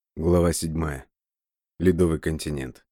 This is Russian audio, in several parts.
Глава 7. Ледовый континент.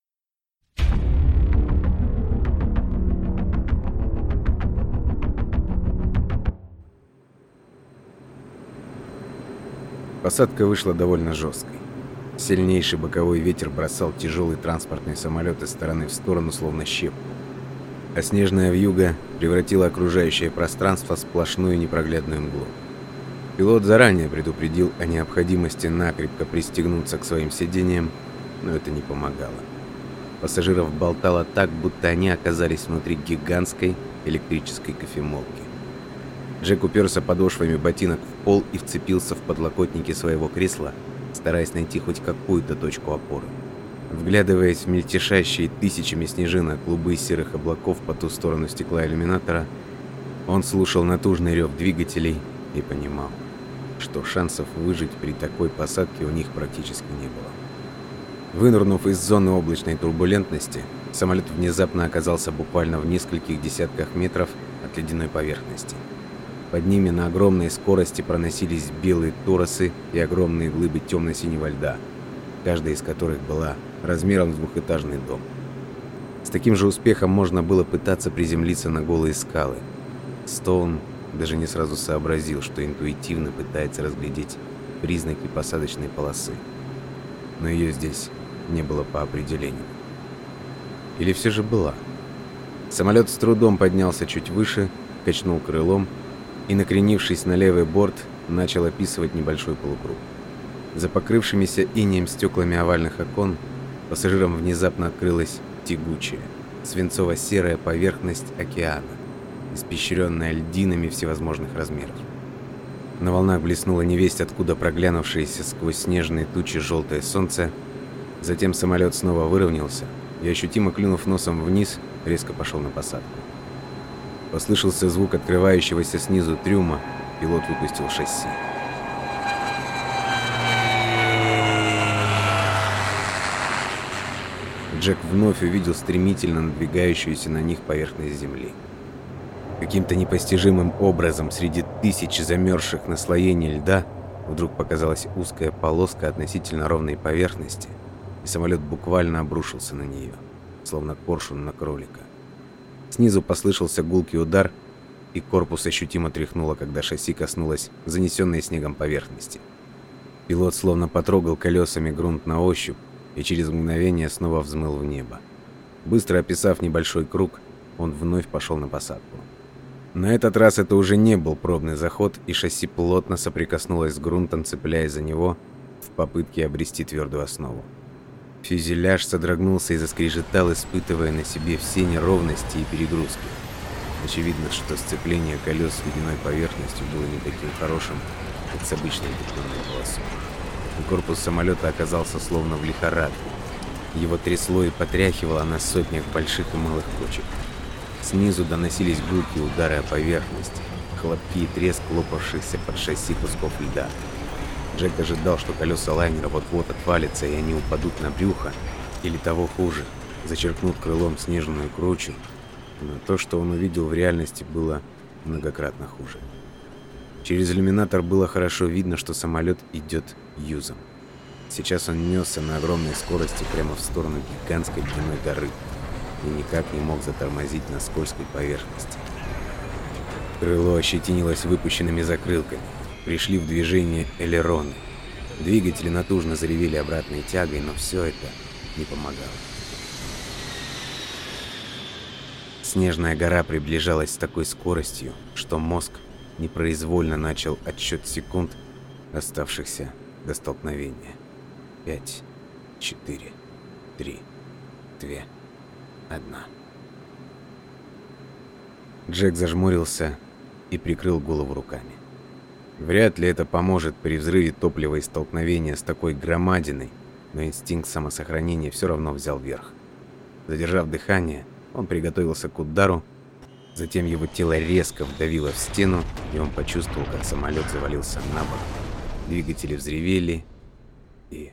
Посадка вышла довольно жесткой. Сильнейший боковой ветер бросал тяжелый транспортный самолет из стороны в сторону, словно щепку. А снежная вьюга превратила окружающее пространство в сплошную непроглядную мглу. Пилот заранее предупредил о необходимости накрепко пристегнуться к своим сиденьям, но это не помогало. Пассажиров болтало так, будто они оказались внутри гигантской электрической кофемолки. Джек уперся подошвами ботинок в пол и вцепился в подлокотники своего кресла, стараясь найти хоть какую-то точку опоры. Вглядываясь в мельтешащие тысячами снежинок клубы серых облаков по ту сторону стекла иллюминатора, он слушал натужный рев двигателей и понимал, что шансов выжить при такой посадке у них практически не было. Вынырнув из зоны облачной турбулентности, самолет внезапно оказался буквально в нескольких десятках метров от ледяной поверхности. Под ними на огромной скорости проносились белые торосы и огромные глыбы темно-синего льда, каждая из которых была размером с двухэтажный дом. С таким же успехом можно было пытаться приземлиться на голые скалы. Стоун даже не сразу сообразил, что интуитивно пытается разглядеть признаки посадочной полосы. Но ее здесь не было по определению. Или все же была? Самолет с трудом поднялся чуть выше, качнул крылом и, накренившись на левый борт, начал описывать небольшой полукруг. За покрывшимися инеем стеклами овальных окон пассажирам внезапно открылась тягучая, свинцово-серая поверхность океана, испещренная льдинами всевозможных размеров. На волнах блеснуло невесть откуда проглянувшееся сквозь снежные тучи желтое солнце. Затем самолет снова выровнялся и, ощутимо клюнув носом вниз, резко пошел на посадку. Послышался звук открывающегося снизу трюма, пилот выпустил шасси. Джек вновь увидел стремительно надвигающуюся на них поверхность земли. Каким-то непостижимым образом среди тысяч замерзших наслоений льда вдруг показалась узкая полоска относительно ровной поверхности, и самолет буквально обрушился на нее, словно коршун на кролика. Снизу послышался гулкий удар, и корпус ощутимо тряхнуло, когда шасси коснулось занесенной снегом поверхности. Пилот словно потрогал колесами грунт на ощупь и через мгновение снова взмыл в небо. Быстро описав небольшой круг, он вновь пошел на посадку. На этот раз это уже не был пробный заход, и шасси плотно соприкоснулось с грунтом, цепляясь за него в попытке обрести твердую основу. Фюзеляж содрогнулся и заскрежетал, испытывая на себе все неровности и перегрузки. Очевидно, что сцепление колес с ледяной поверхностью было не таким хорошим, как с обычной бетонной полосой. И корпус самолета оказался словно в лихорадке. Его трясло и потряхивало на сотнях больших и малых кочек. Снизу доносились гулкие удары о поверхность, хлопки и треск лопавшихся под шасси кусков льда. Джек ожидал, что колеса лайнера вот-вот отвалятся, и они упадут на брюхо, или того хуже, зачеркнут крылом снежную кручу, но то, что он увидел в реальности, было многократно хуже. Через иллюминатор было хорошо видно, что самолет идет юзом. Сейчас он несся на огромной скорости прямо в сторону гигантской ледяной горы и никак не мог затормозить на скользкой поверхности. Крыло ощетинилось выпущенными закрылками. Пришли в движение элероны. Двигатели натужно заревели обратной тягой, но все это не помогало. Снежная гора приближалась с такой скоростью, что мозг непроизвольно начал отсчет секунд, оставшихся до столкновения. 5, 4, 3, 2, 1. Джек зажмурился и прикрыл голову руками. Вряд ли это поможет при взрыве топлива и столкновения с такой громадиной, но инстинкт самосохранения все равно взял верх. Задержав дыхание, он приготовился к удару, затем его тело резко вдавило в стену, и он почувствовал, как самолет завалился на бок. Двигатели взревели, и...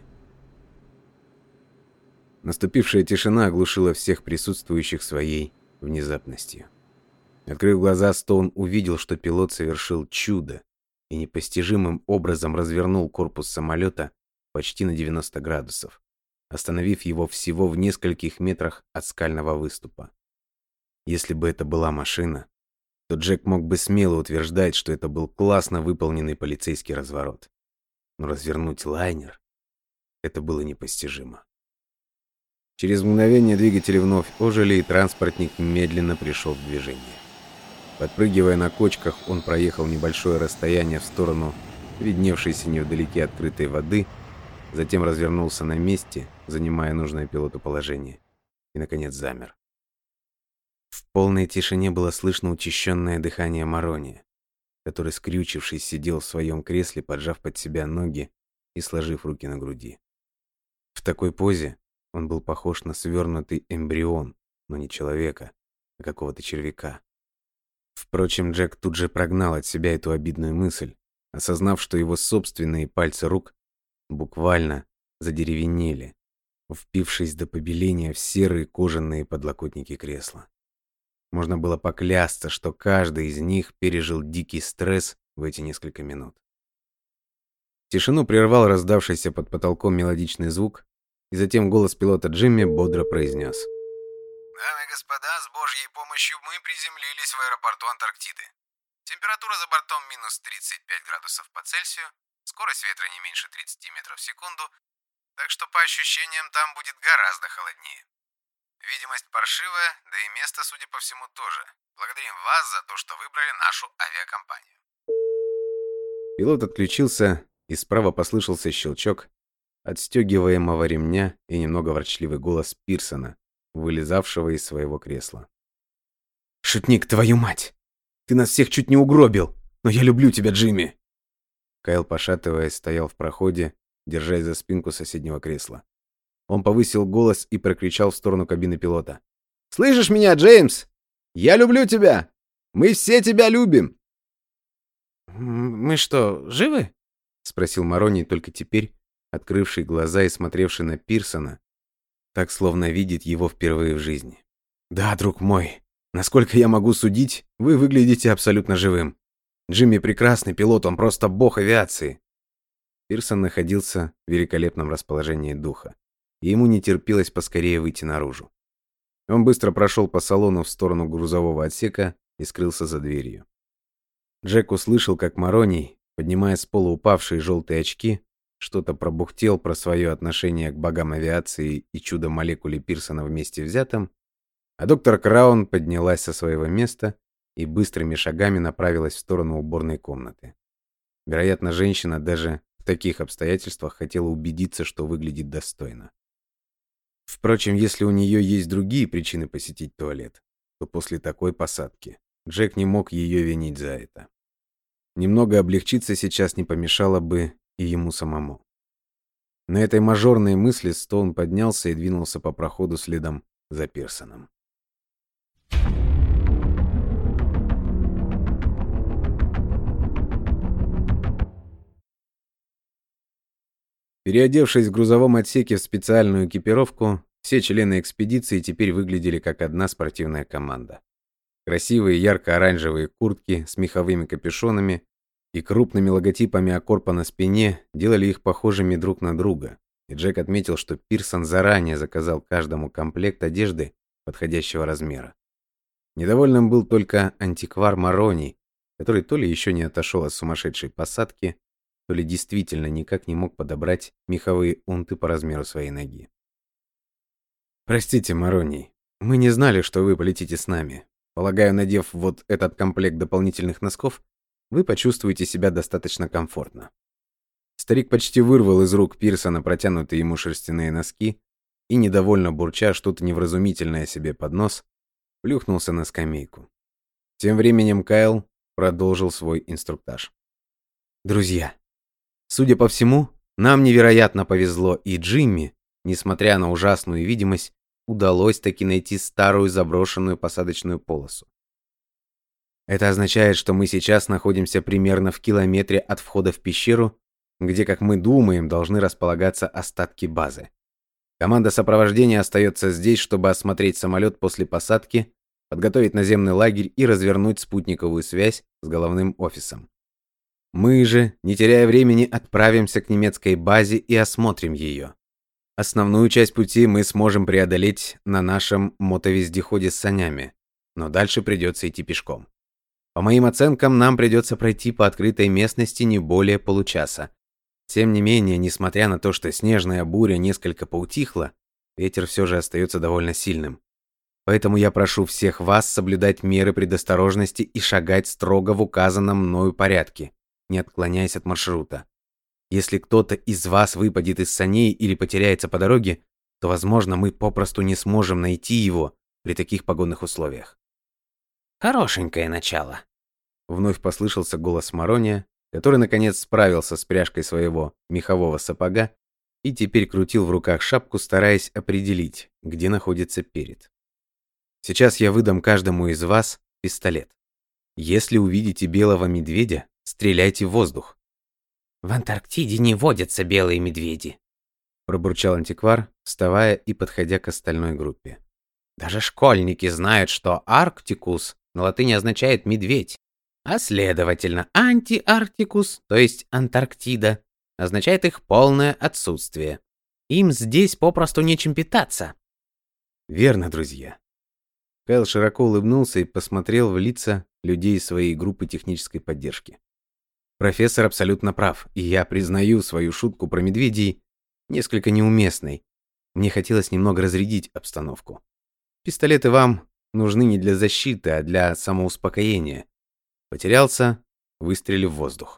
Наступившая тишина оглушила всех присутствующих своей внезапностью. Открыв глаза, Стоун увидел, что пилот совершил чудо и непостижимым образом развернул корпус самолета, почти на 90 градусов, остановив его всего в нескольких метрах от скального выступа. Если бы это была машина, то Джек мог бы смело утверждать, что это был классно выполненный полицейский разворот. Но развернуть лайнер — это было непостижимо. Через мгновение двигатели вновь ожили, и транспортник медленно пришел в движение. Подпрыгивая на кочках, он проехал небольшое расстояние в сторону видневшейся невдалеке открытой воды, затем развернулся на месте, занимая нужное пилоту положение, и, наконец, замер. В полной тишине было слышно учащенное дыхание Марони, который, скрючившись, сидел в своем кресле, поджав под себя ноги и сложив руки на груди. В такой позе он был похож на свернутый эмбрион, но не человека, а какого-то червяка. Впрочем, Джек тут же прогнал от себя эту обидную мысль, осознав, что его собственные пальцы рук буквально задеревенели, впившись до побеления в серые кожаные подлокотники кресла. Можно было поклясться, что каждый из них пережил дикий стресс в эти несколько минут. Тишину прервал раздавшийся под потолком мелодичный звук, и затем голос пилота Джимми бодро произнес: «Дамы и господа, с Божьей помощью мы приземлились в аэропорту Антарктиды. Температура за бортом минус 35 градусов по Цельсию, скорость ветра не меньше 30 метров в секунду, так что по ощущениям там будет гораздо холоднее. Видимость паршивая, да и место, судя по всему, тоже. Благодарим вас за то, что выбрали нашу авиакомпанию». Пилот отключился, и справа послышался щелчок отстегиваемого ремня и немного ворчливый голос Пирсона, вылезавшего из своего кресла. «Шутник, твою мать! Ты нас всех чуть не угробил, но я люблю тебя, Джимми!» Кайл, пошатываясь, стоял в проходе, держась за спинку соседнего кресла. Он повысил голос и прокричал в сторону кабины пилота: «Слышишь меня, Джеймс? Я люблю тебя! Мы все тебя любим!» «Мы что, живы?» — спросил Марони, только теперь открывший глаза и смотревший на Пирсона, так словно видит его впервые в жизни. «Да, друг мой, насколько я могу судить, вы выглядите абсолютно живым. Джимми прекрасный пилот, он просто бог авиации». Пирсон находился в великолепном расположении духа, и ему не терпелось поскорее выйти наружу. Он быстро прошел по салону в сторону грузового отсека и скрылся за дверью. Джек услышал, как Мароний, поднимая с пола упавшие желтые очки, что-то пробухтел про свое отношение к богам авиации и чудо-молекуле Пирсона вместе взятым, а доктор Краун поднялась со своего места и быстрыми шагами направилась в сторону уборной комнаты. Вероятно, женщина даже в таких обстоятельствах хотела убедиться, что выглядит достойно. Впрочем, если у нее есть другие причины посетить туалет, то после такой посадки Джек не мог ее винить за это. Немного облегчиться сейчас не помешало бы и ему самому. На этой мажорной мысли Стоун поднялся и двинулся по проходу следом за Пирсоном. Переодевшись в грузовом отсеке в специальную экипировку, все члены экспедиции теперь выглядели как одна спортивная команда. Красивые ярко-оранжевые куртки с меховыми капюшонами и крупными логотипами Аккорпа на спине делали их похожими друг на друга, и Джек отметил, что Пирсон заранее заказал каждому комплект одежды подходящего размера. Недовольным был только антиквар Марони, который то ли еще не отошел от сумасшедшей посадки, то ли действительно никак не мог подобрать меховые унты по размеру своей ноги. «Простите, Марони, мы не знали, что вы полетите с нами. Полагаю, надев вот этот комплект дополнительных носков, вы почувствуете себя достаточно комфортно». Старик почти вырвал из рук Пирсона протянутые ему шерстяные носки и, недовольно бурча что-то невразумительное себе под нос, плюхнулся на скамейку. Тем временем Кайл продолжил свой инструктаж. «Друзья, судя по всему, нам невероятно повезло, и Джимми, несмотря на ужасную видимость, удалось таки найти старую заброшенную посадочную полосу. Это означает, что мы сейчас находимся примерно в километре от входа в пещеру, где, как мы думаем, должны располагаться остатки базы. Команда сопровождения остается здесь, чтобы осмотреть самолет после посадки, подготовить наземный лагерь и развернуть спутниковую связь с головным офисом. Мы же, не теряя времени, отправимся к немецкой базе и осмотрим ее. Основную часть пути мы сможем преодолеть на нашем мотовездеходе с санями, но дальше придется идти пешком. По моим оценкам, нам придется пройти по открытой местности не более получаса. Тем не менее, несмотря на то, что снежная буря несколько поутихла, ветер все же остается довольно сильным. Поэтому я прошу всех вас соблюдать меры предосторожности и шагать строго в указанном мною порядке, не отклоняясь от маршрута. Если кто-то из вас выпадет из саней или потеряется по дороге, то, возможно, мы попросту не сможем найти его при таких погодных условиях. Хорошенькое начало. Вновь послышался голос Марония, который наконец справился с пряжкой своего мехового сапога и теперь крутил в руках шапку, стараясь определить, где находится перед. Сейчас я выдам каждому из вас пистолет. Если увидите белого медведя, стреляйте в воздух. В Антарктиде не водятся белые медведи, Пробурчал антиквар, вставая и подходя к остальной группе. Даже школьники знают, что Арктикус на латыни означает медведь, а следовательно, антиарктикус, то есть Антарктида, означает их полное отсутствие. Им здесь попросту нечем питаться. Верно, друзья. Кайл широко улыбнулся и посмотрел в лица людей своей группы технической поддержки. Профессор абсолютно прав, и я признаю свою шутку про медведей несколько неуместной. Мне хотелось немного разрядить обстановку. Пистолеты вам нужны не для защиты, а для самоуспокоения. Потерялся, выстрелив в воздух.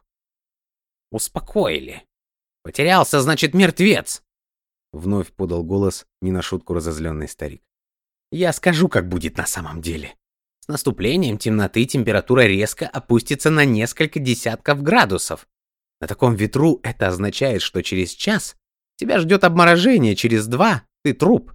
Успокоили. Потерялся, значит, мертвец. Вновь подал голос не на шутку разозленный старик. Я скажу, как будет на самом деле. С наступлением темноты температура резко опустится на несколько десятков градусов. На таком ветру это означает, что через час тебя ждет обморожение, через 2 ты труп.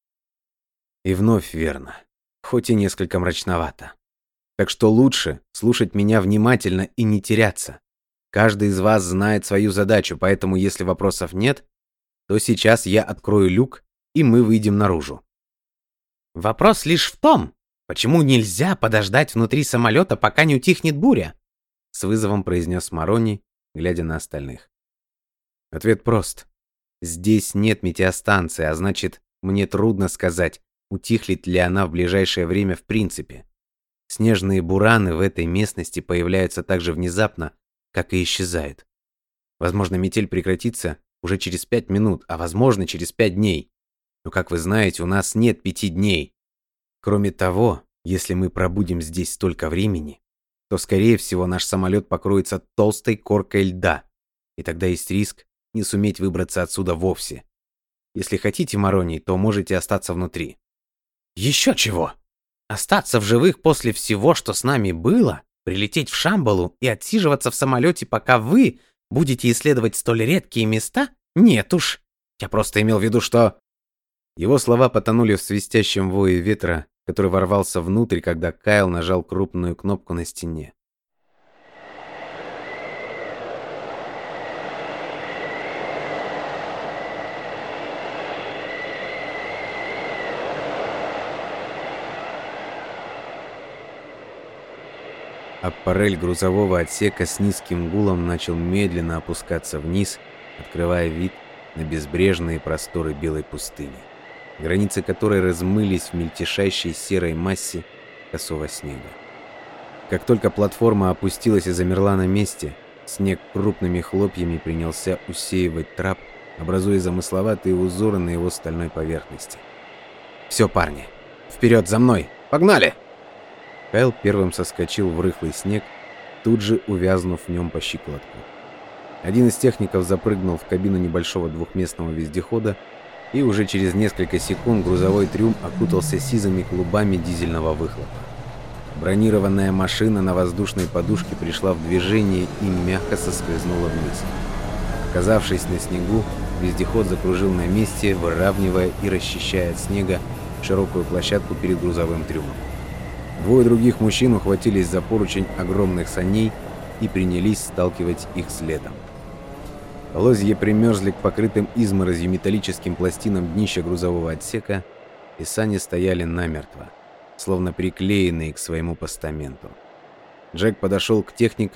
И вновь верно, хоть и несколько мрачновато. Так что лучше слушать меня внимательно и не теряться. Каждый из вас знает свою задачу, поэтому если вопросов нет, то сейчас я открою люк, и мы выйдем наружу. Вопрос лишь в том, почему нельзя подождать внутри самолета, пока не утихнет буря? С вызовом произнес Марони, глядя на остальных. Ответ прост. Здесь нет метеостанции, а значит, мне трудно сказать, утихнет ли она в ближайшее время в принципе. Снежные бураны в этой местности появляются так же внезапно, как и исчезают. Возможно, метель прекратится уже через 5 минут, а возможно, через 5 дней. Но, как вы знаете, у нас нет 5 дней. Кроме того, если мы пробудем здесь столько времени, то, скорее всего, наш самолет покроется толстой коркой льда, и тогда есть риск не суметь выбраться отсюда вовсе. Если хотите, Мароний, то можете остаться внутри. Еще чего? Остаться в живых после всего, что с нами было? Прилететь в Шамбалу и отсиживаться в самолете, пока вы будете исследовать столь редкие места? Нет уж. Я просто имел в виду, что... Его слова потонули в свистящем вое ветра, который ворвался внутрь, когда Кайл нажал крупную кнопку на стене. Аппарель грузового отсека с низким гулом начал медленно опускаться вниз, открывая вид на безбрежные просторы белой пустыни, границы которой размылись в мельтешащей серой массе косого снега. Как только платформа опустилась и замерла на месте, снег крупными хлопьями принялся усеивать трап, образуя замысловатые узоры на его стальной поверхности. «Все, парни, вперед за мной! Погнали!» Кайл первым соскочил в рыхлый снег, тут же увязнув в нем по щиколотку. Один из техников запрыгнул в кабину небольшого двухместного вездехода, и уже через несколько секунд грузовой трюм окутался сизыми клубами дизельного выхлопа. Бронированная машина на воздушной подушке пришла в движение и мягко соскользнула вниз. Оказавшись на снегу, вездеход закружил на месте, выравнивая и расчищая от снега широкую площадку перед грузовым трюмом. Двое других мужчин ухватились за поручень огромных саней и принялись сталкивать их следом. Полозья примерзли к покрытым изморозью металлическим пластинам днища грузового отсека, и сани стояли намертво, словно приклеенные к своему постаменту. Джек подошел к техникам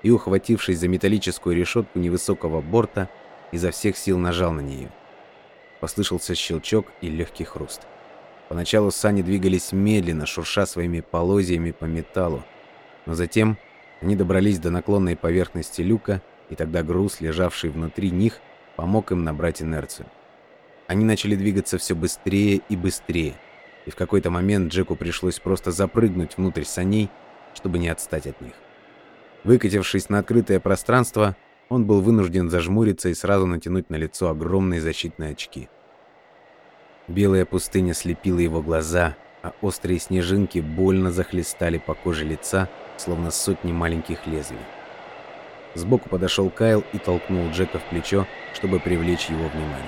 и, ухватившись за металлическую решетку невысокого борта, изо всех сил нажал на нее. Послышался щелчок и легкий хруст. Поначалу сани двигались медленно, шурша своими полозьями по металлу, но затем они добрались до наклонной поверхности люка, и тогда груз, лежавший внутри них, помог им набрать инерцию. Они начали двигаться все быстрее и быстрее, и в какой-то момент Джеку пришлось просто запрыгнуть внутрь саней, чтобы не отстать от них. Выкатившись на открытое пространство, он был вынужден зажмуриться и сразу натянуть на лицо огромные защитные очки. Белая пустыня слепила его глаза, а острые снежинки больно захлестали по коже лица, словно сотни маленьких лезвий. Сбоку подошел Кайл и толкнул Джека в плечо, чтобы привлечь его внимание.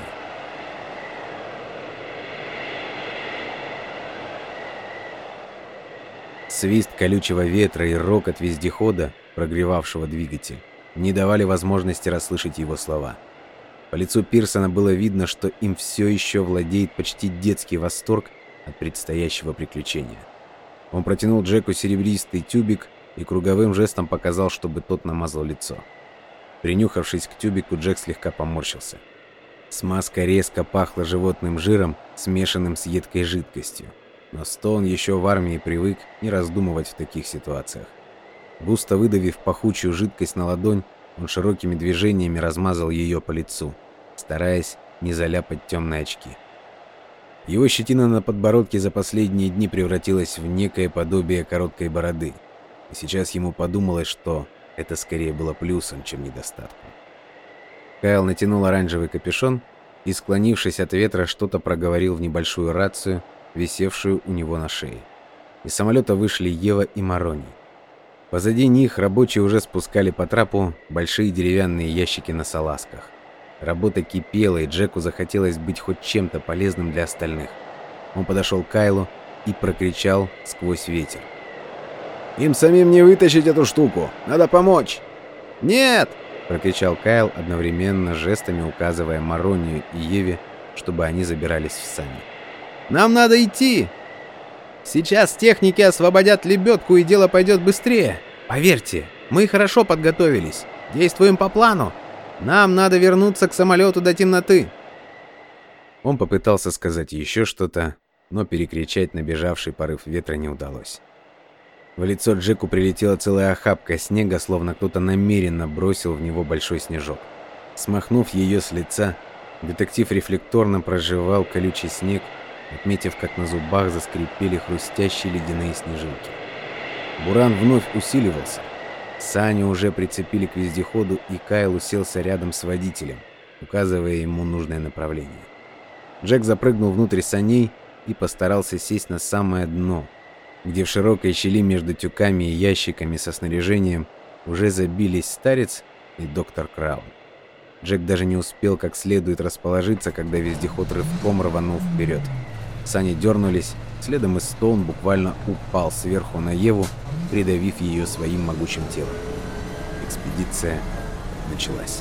Свист колючего ветра и рокот вездехода, прогревавшего двигатель, не давали возможности расслышать его слова. По лицу Пирсона было видно, что им все еще владеет почти детский восторг от предстоящего приключения. Он протянул Джеку серебристый тюбик и круговым жестом показал, чтобы тот намазал лицо. Принюхавшись к тюбику, Джек слегка поморщился. Смазка резко пахла животным жиром, смешанным с едкой жидкостью. Но Стоун еще в армии привык не раздумывать в таких ситуациях. Густо выдавив пахучую жидкость на ладонь, он широкими движениями размазал ее по лицу, стараясь не заляпать темные очки. Его щетина на подбородке за последние дни превратилась в некое подобие короткой бороды, и сейчас ему подумалось, что это скорее было плюсом, чем недостатком. Кайл натянул оранжевый капюшон и, склонившись от ветра, что-то проговорил в небольшую рацию, висевшую у него на шее. Из самолета вышли Ева и Марони. Позади них рабочие уже спускали по трапу большие деревянные ящики на салазках. Работа кипела, и Джеку захотелось быть хоть чем-то полезным для остальных. Он подошел к Кайлу и прокричал сквозь ветер: «Им самим не вытащить эту штуку! Надо помочь!» «Нет!» — прокричал Кайл, одновременно жестами указывая Маронию и Еве, чтобы они забирались в сани. «Нам надо идти! Сейчас техники освободят лебедку, и дело пойдет быстрее. Поверьте, мы хорошо подготовились. Действуем по плану. Нам надо вернуться к самолету до темноты». Он попытался сказать еще что-то, но перекричать набежавший порыв ветра не удалось. В лицо Джеку прилетела целая охапка снега, словно кто-то намеренно бросил в него большой снежок. Смахнув ее с лица, детектив рефлекторно прожевал колючий снег, отметив, как на зубах заскрипели хрустящие ледяные снежинки. Буран вновь усиливался. Сани уже прицепили к вездеходу, и Кайл уселся рядом с водителем, указывая ему нужное направление. Джек запрыгнул внутрь саней и постарался сесть на самое дно, где в широкой щели между тюками и ящиками со снаряжением уже забились старец и доктор Краун. Джек даже не успел как следует расположиться, когда вездеход рывком рванул вперед. Сани дернулись, следом и Стоун буквально упал сверху на Еву, придавив ее своим могучим телом. Экспедиция началась.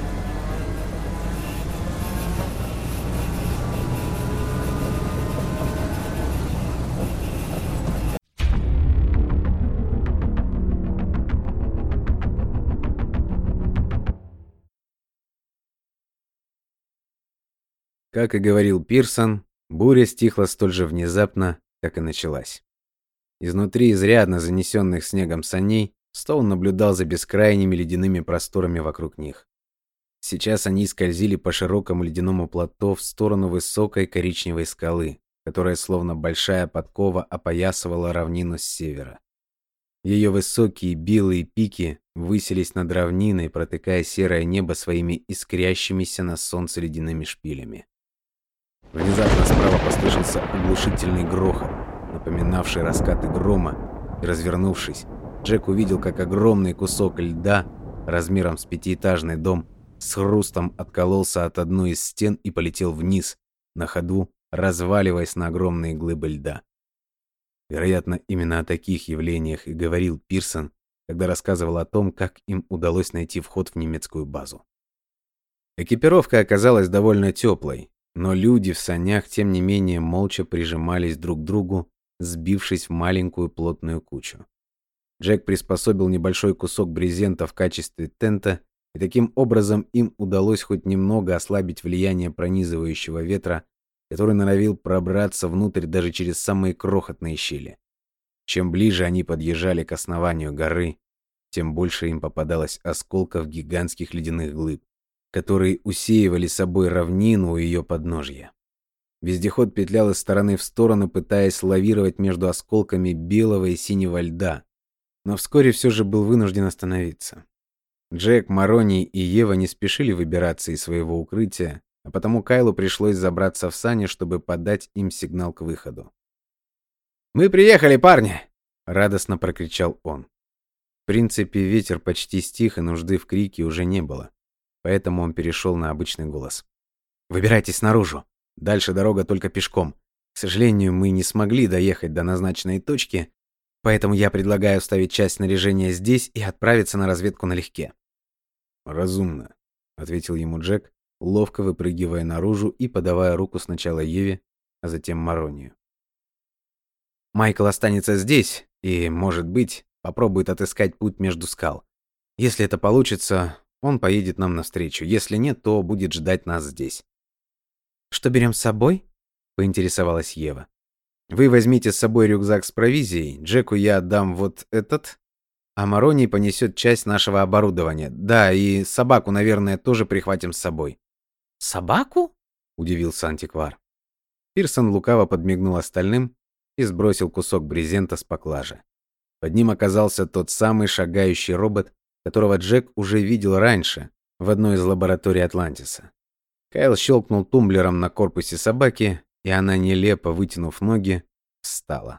Как и говорил Пирсон, буря стихла столь же внезапно, как и началась. Изнутри изрядно занесенных снегом саней Стоун наблюдал за бескрайними ледяными просторами вокруг них. Сейчас они скользили по широкому ледяному плато в сторону высокой коричневой скалы, которая словно большая подкова опоясывала равнину с севера. Ее высокие белые пики высились над равниной, протыкая серое небо своими искрящимися на солнце ледяными шпилями. Внезапно справа послышался оглушительный грохот, напоминавший раскаты грома, и, развернувшись, Джек увидел, как огромный кусок льда размером с пятиэтажный дом с хрустом откололся от одной из стен и полетел вниз, на ходу разваливаясь на огромные глыбы льда. Вероятно, именно о таких явлениях и говорил Пирсон, когда рассказывал о том, как им удалось найти вход в немецкую базу. Экипировка оказалась довольно теплой, но люди в санях, тем не менее, молча прижимались друг к другу, сбившись в маленькую плотную кучу. Джек приспособил небольшой кусок брезента в качестве тента, и таким образом им удалось хоть немного ослабить влияние пронизывающего ветра, который норовил пробраться внутрь даже через самые крохотные щели. Чем ближе они подъезжали к основанию горы, тем больше им попадалось осколков гигантских ледяных глыб, которые усеивали собой равнину у ее подножья. Вездеход петлял из стороны в сторону, пытаясь лавировать между осколками белого и синего льда, но вскоре все же был вынужден остановиться. Джек, Марони и Ева не спешили выбираться из своего укрытия, а потому Кайлу пришлось забраться в сани, чтобы подать им сигнал к выходу. «Мы приехали, парни!» — радостно прокричал он. В принципе, ветер почти стих, и нужды в крике уже не было, поэтому он перешел на обычный голос. «Выбирайтесь наружу. Дальше дорога только пешком. К сожалению, мы не смогли доехать до назначенной точки, поэтому я предлагаю оставить часть снаряжения здесь и отправиться на разведку налегке». «Разумно», — ответил ему Джек, ловко выпрыгивая наружу и подавая руку сначала Еве, а затем Маронию. «Майкл останется здесь и, может быть, попробует отыскать путь между скал. Если это получится, он поедет нам навстречу. Если нет, то будет ждать нас здесь». «Что берем с собой?» — поинтересовалась Ева. «Вы возьмите с собой рюкзак с провизией, Джеку я отдам вот этот, а Марони понесет часть нашего оборудования. Да, и собаку, наверное, тоже прихватим с собой». «Собаку?» — удивился антиквар. Пирсон лукаво подмигнул остальным и сбросил кусок брезента с поклажи. Под ним оказался тот самый шагающий робот, которого Джек уже видел раньше в одной из лабораторий Атлантиса. Кайл щелкнул тумблером на корпусе собаки, и она, нелепо вытянув ноги, встала.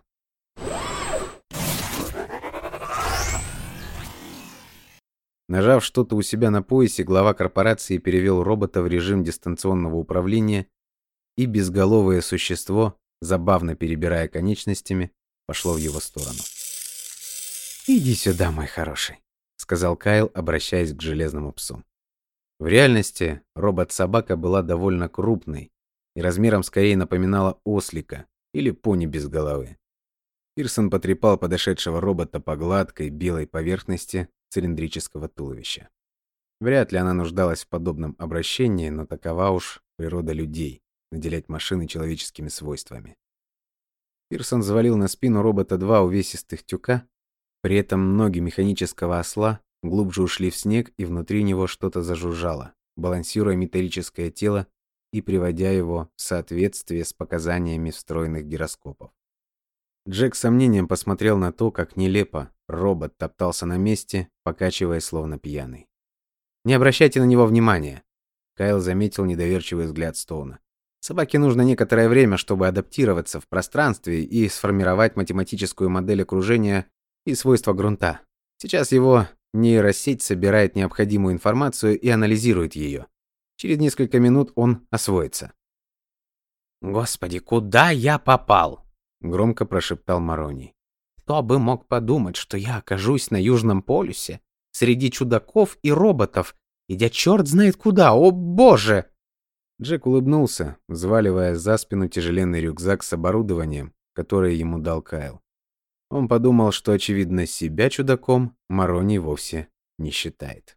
Нажав что-то у себя на поясе, глава корпорации перевел робота в режим дистанционного управления, и безголовое существо, забавно перебирая конечностями, пошло в его сторону. «Иди сюда, мой хороший», — сказал Кайл, обращаясь к железному псу. В реальности робот-собака была довольно крупной и размером скорее напоминала ослика или пони без головы. Пирсон потрепал подошедшего робота по гладкой белой поверхности цилиндрического туловища. Вряд ли она нуждалась в подобном обращении, но такова уж природа людей — наделять машины человеческими свойствами. Пирсон завалил на спину робота два увесистых тюка, при этом ноги механического осла глубже ушли в снег, и внутри него что-то зажужжало, балансируя металлическое тело и приводя его в соответствие с показаниями встроенных гироскопов. Джек с сомнением посмотрел на то, как нелепо робот топтался на месте, покачиваясь словно пьяный. «Не обращайте на него внимания», — Кайл заметил недоверчивый взгляд Стоуна. «Собаке нужно некоторое время, чтобы адаптироваться в пространстве и сформировать математическую модель окружения и свойства грунта. Сейчас его нейросеть собирает необходимую информацию и анализирует ее. Через несколько минут он освоится». «Господи, куда я попал?» — громко прошептал Марони. «Кто бы мог подумать, что я окажусь на Южном полюсе, среди чудаков и роботов, идя черт знает куда, о боже!» Джек улыбнулся, взваливая за спину тяжеленный рюкзак с оборудованием, которое ему дал Кайл. Он подумал, что, очевидно, себя чудаком Марони вовсе не считает.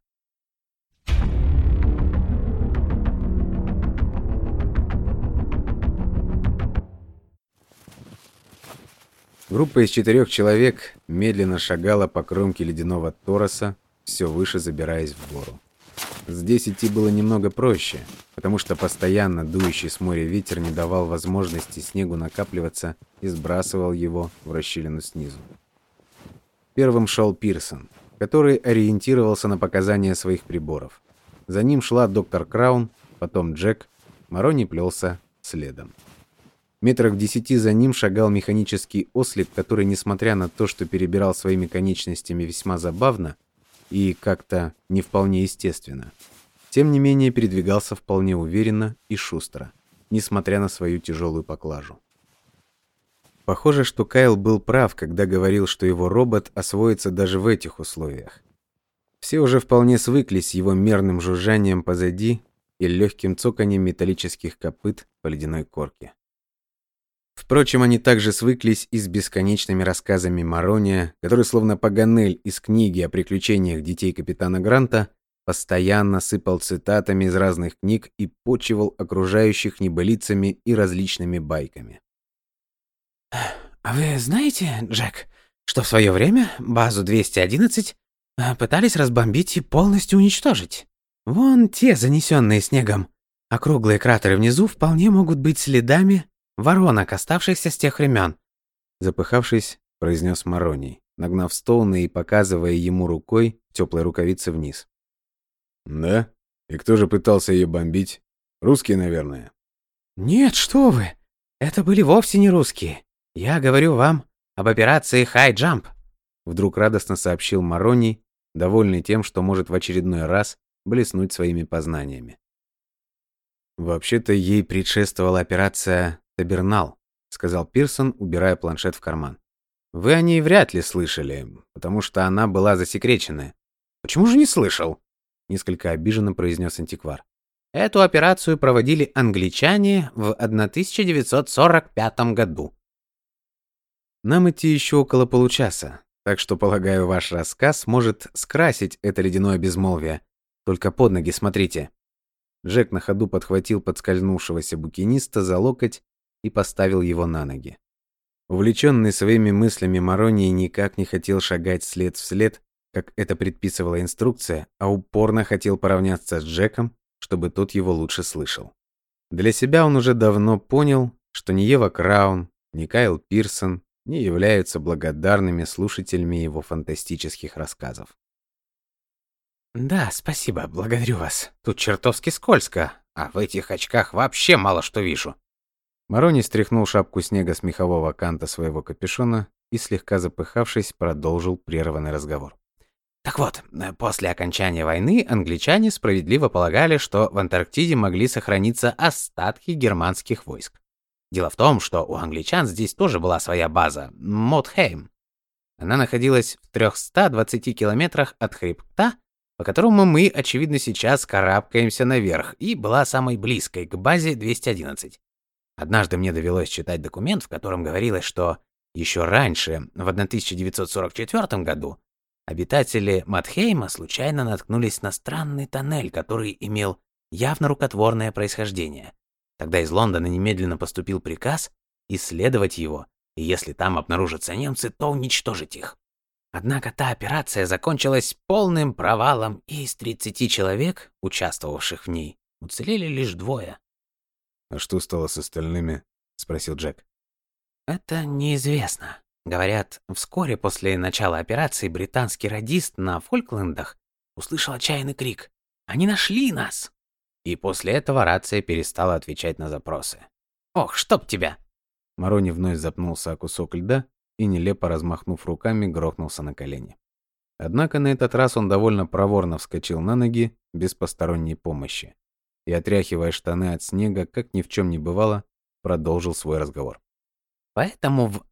Группа из 4 человек медленно шагала по кромке ледяного тороса, все выше забираясь в гору. Здесь идти было немного проще, потому что постоянно дующий с моря ветер не давал возможности снегу накапливаться и сбрасывал его в расщелину снизу. Первым шел Пирсон, который ориентировался на показания своих приборов. За ним шла доктор Краун, потом Джек, Марони плелся следом. Метрах в 10 за ним шагал механический ослик, который, несмотря на то, что перебирал своими конечностями весьма забавно и как-то не вполне естественно, тем не менее передвигался вполне уверенно и шустро, несмотря на свою тяжелую поклажу. Похоже, что Кайл был прав, когда говорил, что его робот освоится даже в этих условиях. Все уже вполне свыклись с его мерным жужжанием позади и легким цоканьем металлических копыт по ледяной корке. Впрочем, они также свыклись и с бесконечными рассказами Марония, который, словно Паганель из книги о приключениях детей капитана Гранта, постоянно сыпал цитатами из разных книг и почивал окружающих небылицами и различными байками. А вы знаете, Джек, что в свое время базу 211 пытались разбомбить и полностью уничтожить? Вон те, занесенные снегом. Округлые кратеры внизу вполне могут быть следами воронок, оставшихся с тех времен. Запыхавшись, произнес Мароний, нагнав Стоуна и показывая ему рукой в теплой рукавице вниз. Да? И кто же пытался ее бомбить? Русские, наверное. Нет, что вы. Это были вовсе не русские. Я говорю вам об операции High Jump. Вдруг радостно сообщил Мароний, довольный тем, что может в очередной раз блеснуть своими познаниями. Вообще-то ей предшествовала операция Табернал, сказал Пирсон, убирая планшет в карман. Вы о ней вряд ли слышали, потому что она была засекреченная. Почему же не слышал? Несколько обиженно произнес антиквар. Эту операцию проводили англичане в 1945 году. Нам идти еще около получаса, так что, полагаю, ваш рассказ может скрасить это ледяное безмолвие. Только под ноги смотрите. Джек на ходу подхватил подскользнувшегося букиниста за локоть и поставил его на ноги. Увлеченный своими мыслями Мароний никак не хотел шагать след в след, как это предписывала инструкция, а упорно хотел поравняться с Джеком, чтобы тот его лучше слышал. Для себя он уже давно понял, что ни Ева Краун, ни Кайл Пирсон не являются благодарными слушателями его фантастических рассказов. Да, спасибо, благодарю вас. Тут чертовски скользко, а в этих очках вообще мало что вижу. Мароний стряхнул шапку снега с мехового канта своего капюшона и, слегка запыхавшись, продолжил прерванный разговор. Так вот, после окончания войны англичане справедливо полагали, что в Антарктиде могли сохраниться остатки германских войск. Дело в том, что у англичан здесь тоже была своя база – Мотхейм. Она находилась в 320 километрах от хребта, по которому мы, очевидно, сейчас карабкаемся наверх, и была самой близкой к базе 211. Однажды мне довелось читать документ, в котором говорилось, что еще раньше, в 1944 году, обитатели Мотхейма случайно наткнулись на странный тоннель, который имел явно рукотворное происхождение. Тогда из Лондона немедленно поступил приказ исследовать его, и если там обнаружатся немцы, то уничтожить их. Однако та операция закончилась полным провалом, и из 30 человек, участвовавших в ней, уцелели лишь 2. А что стало с остальными? Спросил Джек. Это неизвестно. Говорят, вскоре после начала операции британский радист на Фолклендах услышал отчаянный крик: «Они нашли нас!» И после этого рация перестала отвечать на запросы. «Ох, чтоб тебя!» Мароний вновь запнулся о кусок льда и, нелепо размахнув руками, грохнулся на колени. Однако на этот раз он довольно проворно вскочил на ноги без посторонней помощи и, отряхивая штаны от снега, как ни в чем не бывало, продолжил свой разговор. Поэтому в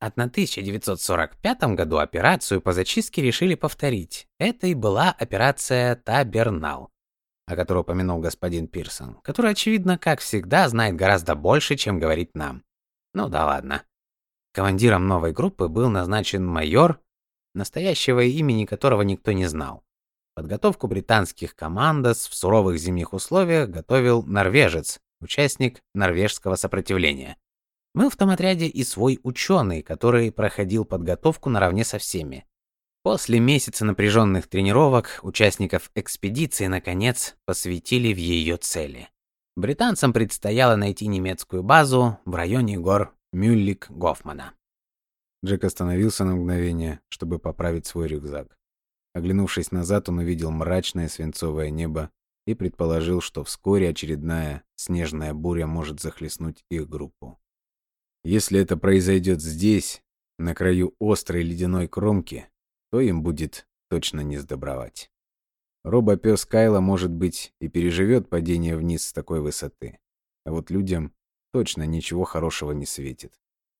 1945 году операцию по зачистке решили повторить. Это и была операция Табернал, о которой упомянул господин Пирсон, который, очевидно, как всегда, знает гораздо больше, чем говорит нам. Ну да ладно. Командиром новой группы был назначен майор, настоящего имени которого никто не знал. Подготовку британских командос в суровых зимних условиях готовил норвежец, участник норвежского сопротивления. Был в том отряде и свой ученый, который проходил подготовку наравне со всеми. После месяца напряженных тренировок участников экспедиции, наконец, посвятили в ее цели. Британцам предстояло найти немецкую базу в районе гор Мюллик-Гофмана. Джек остановился на мгновение, чтобы поправить свой рюкзак. Оглянувшись назад, он увидел мрачное свинцовое небо и предположил, что вскоре очередная снежная буря может захлестнуть их группу. Если это произойдет здесь, на краю острой ледяной кромки, то им будет точно не сдобровать. Робопёс Кайла, может быть, и переживет падение вниз с такой высоты, а вот людям точно ничего хорошего не светит.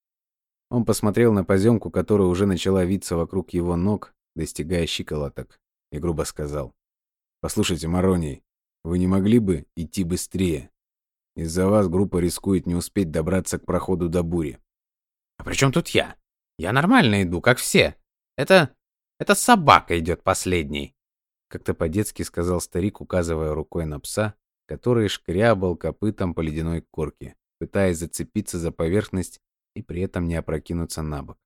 Он посмотрел на поземку, которая уже начала виться вокруг его ног, достигая щиколоток, и грубо сказал: «Послушайте, Мароний, вы не могли бы идти быстрее? Из-за вас группа рискует не успеть добраться к проходу до бури». «А при чем тут я? Я нормально иду, как все. Это собака идет последней», — как-то по-детски сказал старик, указывая рукой на пса, который шкрябал копытом по ледяной корке, пытаясь зацепиться за поверхность и при этом не опрокинуться на бок.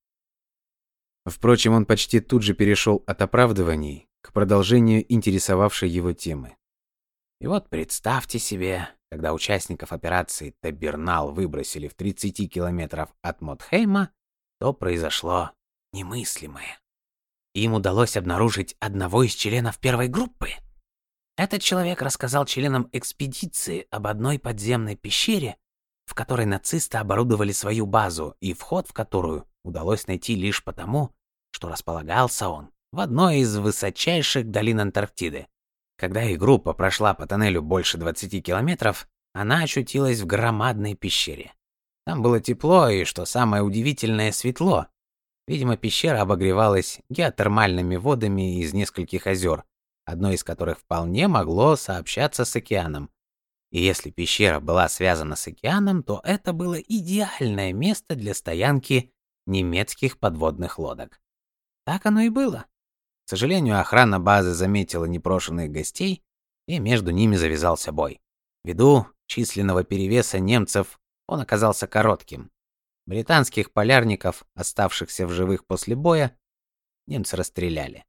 Впрочем, он почти тут же перешел от оправдываний к продолжению интересовавшей его темы. И вот представьте себе, когда участников операции «Табернал» выбросили в 30 километров от Мотхейма, то произошло немыслимое. Им удалось обнаружить одного из членов первой группы. Этот человек рассказал членам экспедиции об одной подземной пещере, в которой нацисты оборудовали свою базу и вход в которую удалось найти лишь потому, что располагался он в одной из высочайших долин Антарктиды. Когда их группа прошла по тоннелю больше 20 километров, она очутилась в громадной пещере. Там было тепло и, что самое удивительное, светло. Видимо, пещера обогревалась геотермальными водами из нескольких озер, одно из которых вполне могло сообщаться с океаном. И если пещера была связана с океаном, то это было идеальное место для стоянки немецких подводных лодок. Так оно и было. К сожалению, охрана базы заметила непрошенных гостей, и между ними завязался бой. Ввиду численного перевеса немцев он оказался коротким. Британских полярников, оставшихся в живых после боя, немцы расстреляли.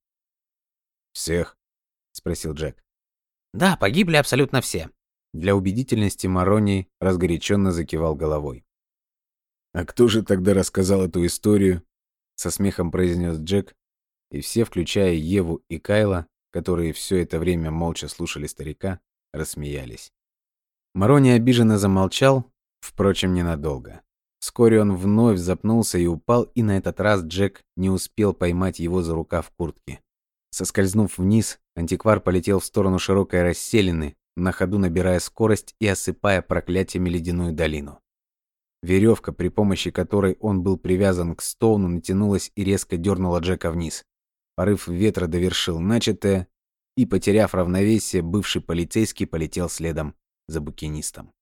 «Всех?» — спросил Джек. Да, погибли абсолютно все. Для убедительности Мароний разгоряченно закивал головой. «А кто же тогда рассказал эту историю?» — со смехом произнес Джек, и все, включая Еву и Кайла, которые все это время молча слушали старика, рассмеялись. Мароний обиженно замолчал, впрочем, ненадолго. Вскоре он вновь запнулся и упал, и на этот раз Джек не успел поймать его за рукав куртки. Соскользнув вниз, антиквар полетел в сторону широкой расселины, на ходу набирая скорость и осыпая проклятиями ледяную долину. Веревка, при помощи которой он был привязан к Стоуну, натянулась и резко дернула Джека вниз. Порыв ветра довершил начатое, и, потеряв равновесие, бывший полицейский полетел следом за букинистом.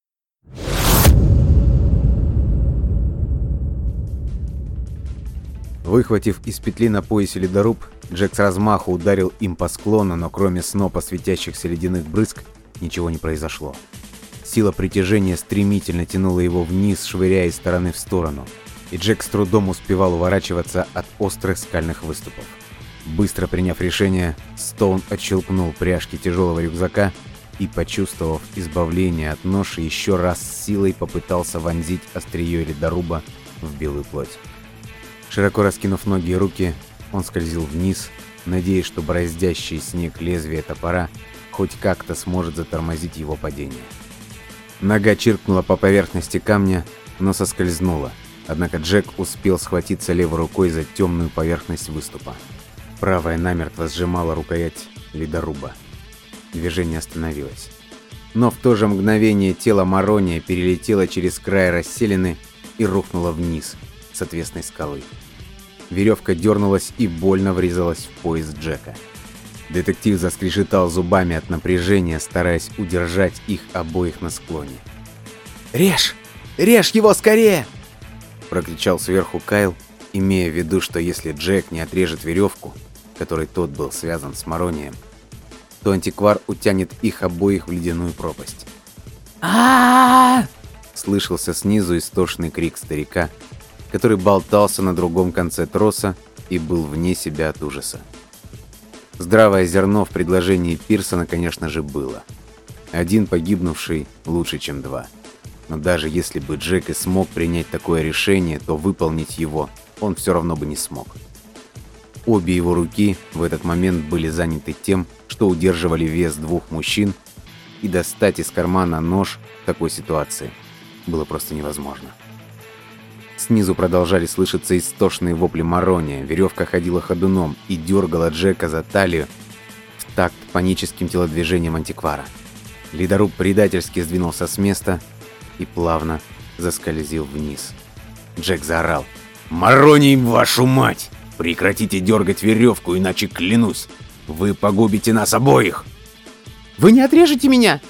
Выхватив из петли на поясе ледоруб, Джек с размаху ударил им по склону, но кроме снопа светящихся ледяных брызг ничего не произошло. Сила притяжения стремительно тянула его вниз, швыряя из стороны в сторону, и Джек с трудом успевал уворачиваться от острых скальных выступов. Быстро приняв решение, Стоун отщелкнул пряжки тяжелого рюкзака и, почувствовав избавление от ноши, еще раз с силой попытался вонзить острие ледоруба в белую плоть. Широко раскинув ноги и руки, он скользил вниз, надеясь, что бороздящий снег лезвие топора хоть как-то сможет затормозить его падение. Нога чиркнула по поверхности камня, но соскользнула, однако Джек успел схватиться левой рукой за темную поверхность выступа. Правая намертво сжимала рукоять ледоруба. Движение остановилось. Но в то же мгновение тело Марония перелетело через край расселины и рухнуло вниз с отвесной скалы. Веревка дернулась и больно врезалась в пояс Джека. Детектив заскрежетал зубами от напряжения, стараясь удержать их обоих на склоне. «Режь! Режь его скорее!» — прокричал сверху Кайл, имея в виду, что если Джек не отрежет веревку, которой тот был связан с Маронием, то антиквар утянет их обоих в ледяную пропасть. А-а-а! Слышался снизу истошный крик старика, который болтался на другом конце троса и был вне себя от ужаса. Здравое зерно в предложении Пирсона, конечно же, было. Один погибнувший лучше, чем два. Но даже если бы Джек и смог принять такое решение, то выполнить его он все равно бы не смог. Обе его руки в этот момент были заняты тем, что удерживали вес двух мужчин, и достать из кармана нож в такой ситуации было просто невозможно. Снизу продолжали слышаться истошные вопли Марония, веревка ходила ходуном и дергала Джека за талию в такт паническим телодвижением антиквара. Ледоруб предательски сдвинулся с места и плавно заскользил вниз. Джек заорал: «Мароний, вашу мать! Прекратите дергать веревку, иначе, клянусь, вы погубите нас обоих!» Вы не отрежете меня?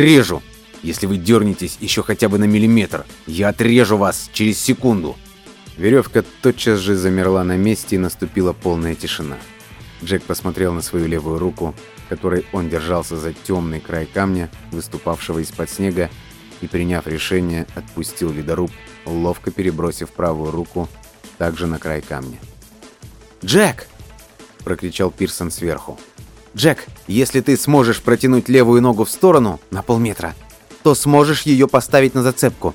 «Отрежу! Если вы дернетесь еще хотя бы на миллиметр, я отрежу вас через секунду!» Веревка тотчас же замерла на месте, и наступила полная тишина. Джек посмотрел на свою левую руку, которой он держался за темный край камня, выступавшего из-под снега, и, приняв решение, отпустил ледоруб, ловко перебросив правую руку также на край камня. «Джек!» – прокричал Пирсон сверху. «Джек, если ты сможешь протянуть левую ногу в сторону на полметра, то сможешь ее поставить на зацепку.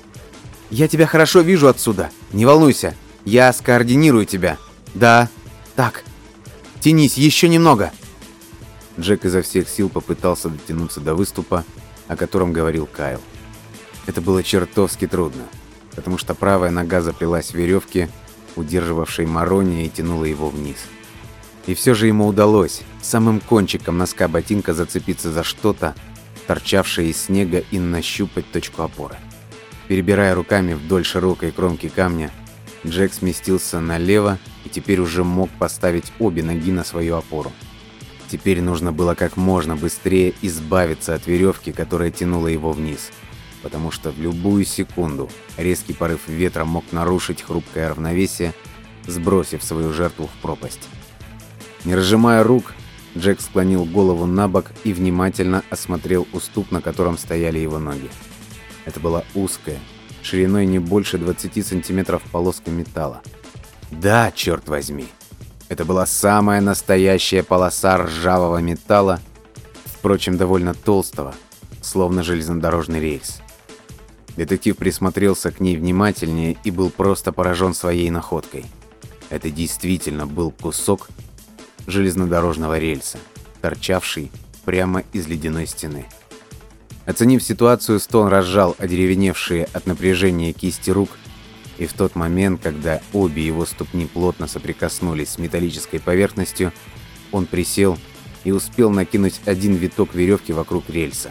Я тебя хорошо вижу отсюда, не волнуйся, я скоординирую тебя. Да, так, тянись еще немного». Джек изо всех сил попытался дотянуться до выступа, о котором говорил Кайл. Это было чертовски трудно, потому что правая нога заплелась в веревке, удерживавшей Марония, и тянула его вниз. И все же ему удалось самым кончиком носка ботинка зацепиться за что-то, торчавшее из снега, и нащупать точку опоры. Перебирая руками вдоль широкой кромки камня, Джек сместился налево и теперь уже мог поставить обе ноги на свою опору. Теперь нужно было как можно быстрее избавиться от веревки, которая тянула его вниз, потому что в любую секунду резкий порыв ветра мог нарушить хрупкое равновесие, сбросив свою жертву в пропасть. Не разжимая рук, Джек склонил голову на бок и внимательно осмотрел уступ, на котором стояли его ноги. Это была узкая, шириной не больше 20 сантиметров полоска металла. Да, черт возьми! Это была самая настоящая полоса ржавого металла, впрочем, довольно толстого, словно железнодорожный рельс. Детектив присмотрелся к ней внимательнее и был просто поражен своей находкой. Это действительно был кусок железнодорожного рельса, торчавший прямо из ледяной стены. Оценив ситуацию, Стоун разжал одеревеневшие от напряжения кисти рук, и в тот момент, когда обе его ступни плотно соприкоснулись с металлической поверхностью, он присел и успел накинуть один виток веревки вокруг рельса.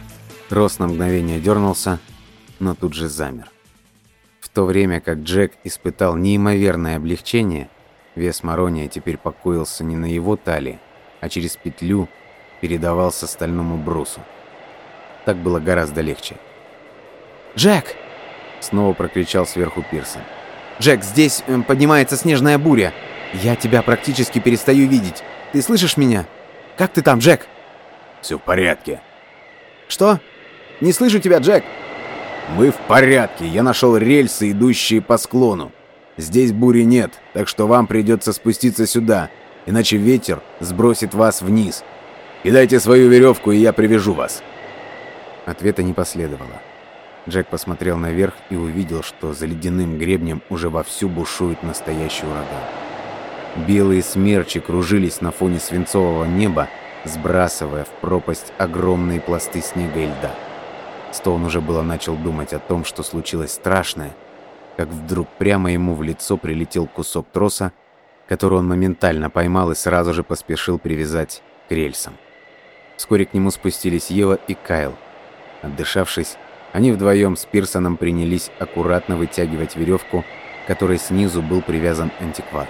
Трос на мгновение дернулся, но тут же замер. В то время как Джек испытал неимоверное облегчение, вес Марония теперь покоился не на его талии, а через петлю передавался стальному брусу. Так было гораздо легче. «Джек!» — снова прокричал сверху Пирсон. «Джек, здесь поднимается снежная буря. Я тебя практически перестаю видеть. Ты слышишь меня? Как ты там, Джек?» «Все в порядке». «Что? Не слышу тебя, Джек!» «Мы в порядке. Я нашел рельсы, идущие по склону. Здесь бури нет, так что вам придется спуститься сюда, иначе ветер сбросит вас вниз. Кидайте свою веревку, и я привяжу вас». Ответа не последовало. Джек посмотрел наверх и увидел, что за ледяным гребнем уже вовсю бушует настоящий ураган. Белые смерчи кружились на фоне свинцового неба, сбрасывая в пропасть огромные пласты снега и льда. Стоун уже было начал думать о том, что случилось страшное, как вдруг прямо ему в лицо прилетел кусок троса, который он моментально поймал и сразу же поспешил привязать к рельсам. Вскоре к нему спустились Ева и Кайл. Отдышавшись, они вдвоем с Пирсоном принялись аккуратно вытягивать веревку, которой снизу был привязан антиквар.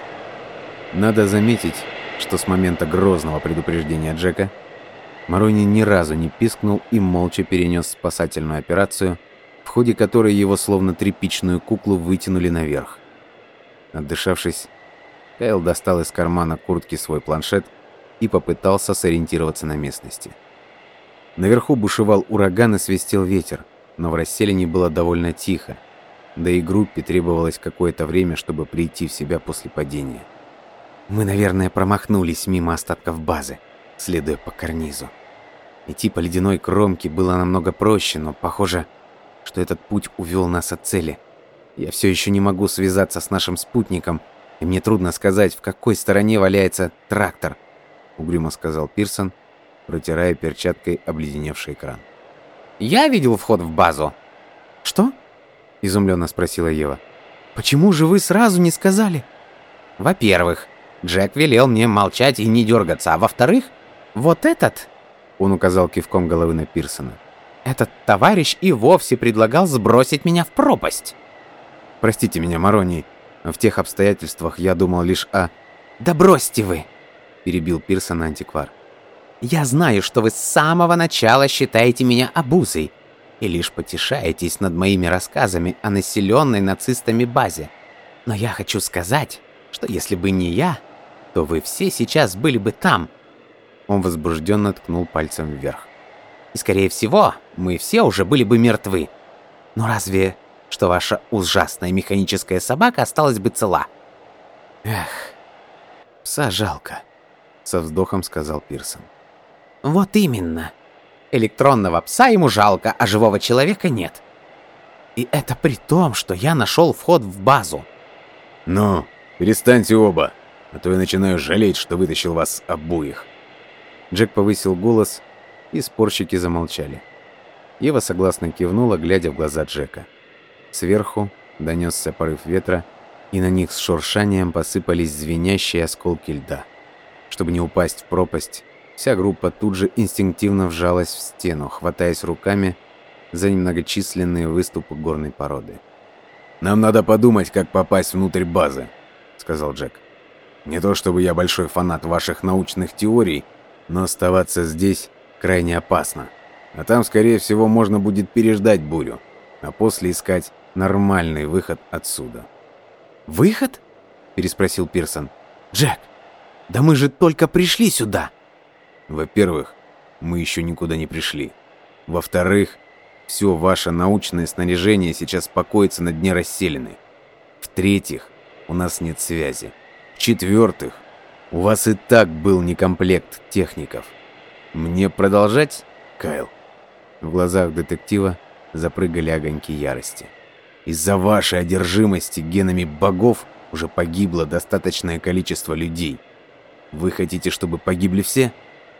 Надо заметить, что с момента грозного предупреждения Джека Мароний ни разу не пискнул и молча перенес спасательную операцию, в ходе которой его словно тряпичную куклу вытянули наверх. Отдышавшись, Кайл достал из кармана куртки свой планшет и попытался сориентироваться на местности. Наверху бушевал ураган и свистел ветер, но в расселине было довольно тихо, да и группе требовалось какое-то время, чтобы прийти в себя после падения. «Мы, наверное, промахнулись мимо остатков базы, следуя по карнизу. Идти по ледяной кромке было намного проще, но похоже, что этот путь увел нас от цели. Я все еще не могу связаться с нашим спутником, и мне трудно сказать, в какой стороне валяется трактор», — угрюмо сказал Пирсон, протирая перчаткой обледеневший экран. Я видел вход в базу. «Что?» — изумленно спросила Ева. «Почему же вы сразу не сказали?» Во-первых, Джек велел мне молчать и не дергаться, а во-вторых, вот этот, он указал кивком головы на Пирсона, этот товарищ и вовсе предлагал сбросить меня в пропасть. «Простите меня, Мароний, в тех обстоятельствах я думал лишь о...» «Да бросьте вы!» — перебил Пирсон антиквар. «Я знаю, что вы с самого начала считаете меня обузой и лишь потешаетесь над моими рассказами о населенной нацистами базе. Но я хочу сказать, что если бы не я, то вы все сейчас были бы там. Он возбужденно ткнул пальцем вверх. И, скорее всего, мы все уже были бы мертвы. Но разве что ваша ужасная механическая собака осталась бы цела. Эх, пса жалко, со вздохом сказал Пирсон. Вот именно. Электронного пса ему жалко, а живого человека нет. И это при том, что я нашел вход в базу. Ну, перестаньте оба, а то я начинаю жалеть, что вытащил вас обоих. Джек повысил голос, и спорщики замолчали. Ева согласно кивнула, глядя в глаза Джека. Сверху донесся порыв ветра, и на них с шуршанием посыпались звенящие осколки льда. Чтобы не упасть в пропасть, вся группа тут же инстинктивно вжалась в стену, хватаясь руками за немногочисленные выступы горной породы. «Нам надо подумать, как попасть внутрь базы», — сказал Джек. «Не то чтобы я большой фанат ваших научных теорий, но оставаться здесь крайне опасно. А там, скорее всего, можно будет переждать бурю, а после искать нормальный выход отсюда». «Выход?» — переспросил Пирсон. «Джек, да мы же только пришли сюда!» «Во-первых, мы еще никуда не пришли. Во-вторых, все ваше научное снаряжение сейчас покоится на дне расселены. В-третьих, у нас нет связи. В-четвертых, у вас и так был некомплект техников. Мне продолжать, Кайл?» В глазах детектива запрыгали огоньки ярости. «Из-за вашей одержимости генами богов уже погибло достаточное количество людей. Вы хотите, чтобы погибли все?»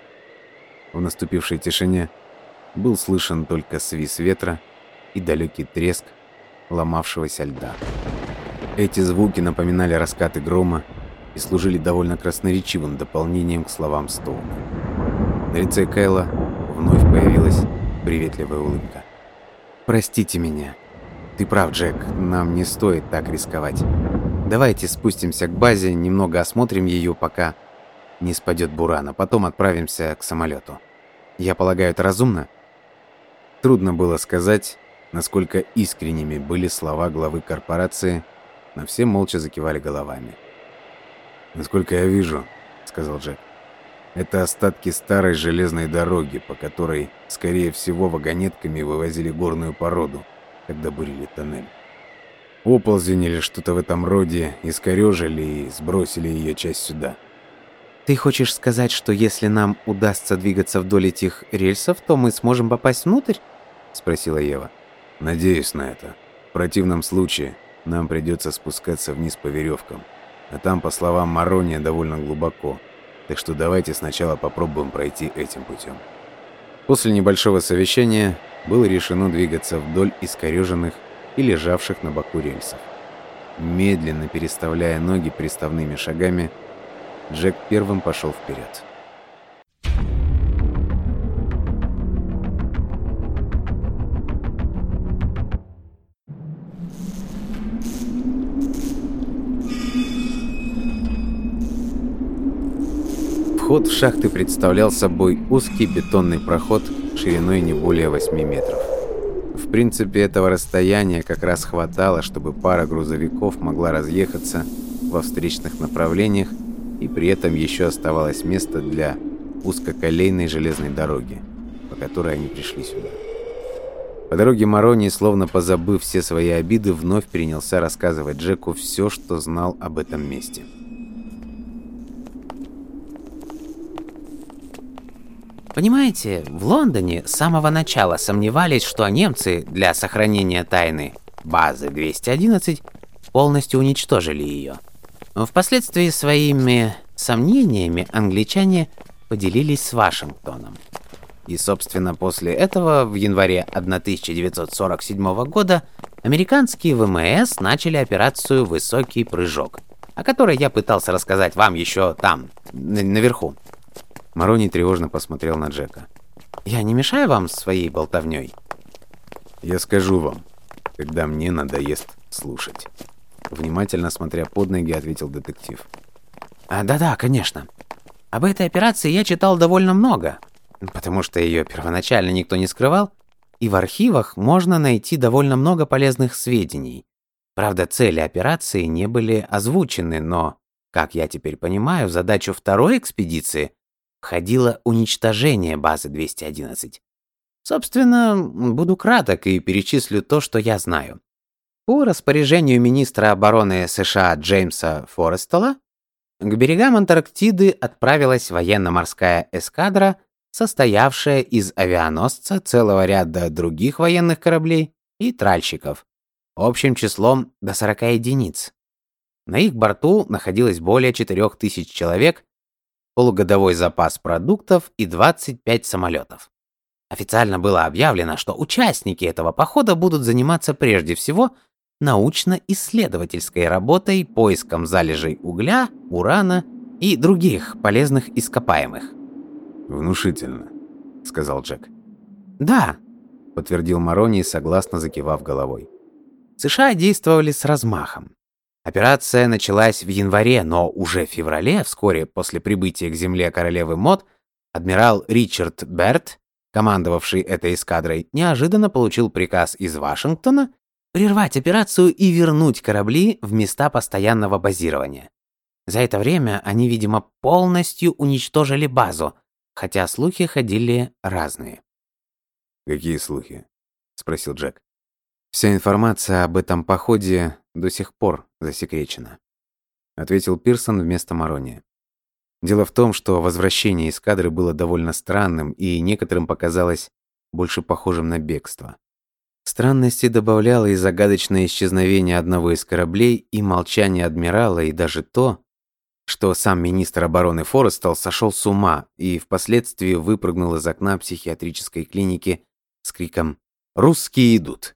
В наступившей тишине был слышен только свист ветра и далекий треск ломавшегося льда. Эти звуки напоминали раскаты грома и служили довольно красноречивым дополнением к словам Стоуна. На лице Кайла вновь появилась приветливая улыбка. «Простите меня. Ты прав, Джек, нам не стоит так рисковать. Давайте спустимся к базе, немного осмотрим ее, пока не спадет буран, а потом отправимся к самолету. Я полагаю, это разумно?» Трудно было сказать, насколько искренними были слова главы корпорации, но все молча закивали головами. «Насколько я вижу, — сказал Джек, — это остатки старой железной дороги, по которой, скорее всего, вагонетками вывозили горную породу, когда бурили тоннель. Оползень или что-то в этом роде искорежили и сбросили ее часть сюда». «Ты хочешь сказать, что если нам удастся двигаться вдоль этих рельсов, то мы сможем попасть внутрь?» — спросила Ева. «Надеюсь на это. В противном случае нам придется спускаться вниз по веревкам. А там, по словам Марония, довольно глубоко. Так что давайте сначала попробуем пройти этим путем». После небольшого совещания было решено двигаться вдоль искореженных и лежавших на боку рельсов. Медленно переставляя ноги приставными шагами, Джек первым пошел вперед. Вход в шахты представлял собой узкий бетонный проход шириной не более 8 метров. В принципе, этого расстояния как раз хватало, чтобы пара грузовиков могла разъехаться во встречных направлениях, и при этом еще оставалось место для узкоколейной железной дороги, по которой они пришли сюда. По дороге Мароний, словно позабыв все свои обиды, вновь принялся рассказывать Джеку все, что знал об этом месте. Понимаете, в Лондоне с самого начала сомневались, что немцы для сохранения тайны базы 211 полностью уничтожили ее. Впоследствии своими сомнениями англичане поделились с Вашингтоном. И, собственно, после этого в январе 1947 года американские ВМС начали операцию «Высокий прыжок», о которой я пытался рассказать вам еще там, наверху. Мароний тревожно посмотрел на Джека. «Я не мешаю вам своей болтовней?» «Я скажу вам, когда мне надоест слушать». Внимательно смотря под ноги, ответил детектив. Да-да, конечно. Об этой операции я читал довольно много, потому что ее первоначально никто не скрывал, и в архивах можно найти довольно много полезных сведений. Правда, цели операции не были озвучены, но, как я теперь понимаю, в задачу второй экспедиции входило уничтожение базы 211. Собственно, буду краток и перечислю то, что я знаю. По распоряжению министра обороны США Джеймса Форестелла к берегам Антарктиды отправилась военно-морская эскадра, состоявшая из авианосца, целого ряда других военных кораблей и тральщиков, общим числом до 40 единиц. На их борту находилось более 4000 человек, полугодовой запас продуктов и 25 самолетов. Официально было объявлено, что участники этого похода будут заниматься прежде всего научно-исследовательской работой, поиском залежей угля, урана и других полезных ископаемых. «Внушительно», — сказал Джек. «Да», — подтвердил Мароний, согласно закивав головой. США действовали с размахом. Операция началась в январе, но уже в феврале, вскоре после прибытия к земле королевы Мод, адмирал Ричард Берт, командовавший этой эскадрой, неожиданно получил приказ из Вашингтона прервать операцию и вернуть корабли в места постоянного базирования. За это время они, видимо, полностью уничтожили базу, хотя слухи ходили разные. «Какие слухи?» — спросил Джек. «Вся информация об этом походе до сих пор засекречена», — ответил Пирсон вместо Марония. Дело в том, что возвращение эскадры было довольно странным и некоторым показалось больше похожим на бегство. Странности добавляло и загадочное исчезновение одного из кораблей, и молчание адмирала, и даже то, что сам министр обороны Форестелл сошел с ума и впоследствии выпрыгнул из окна психиатрической клиники с криком «Русские идут!».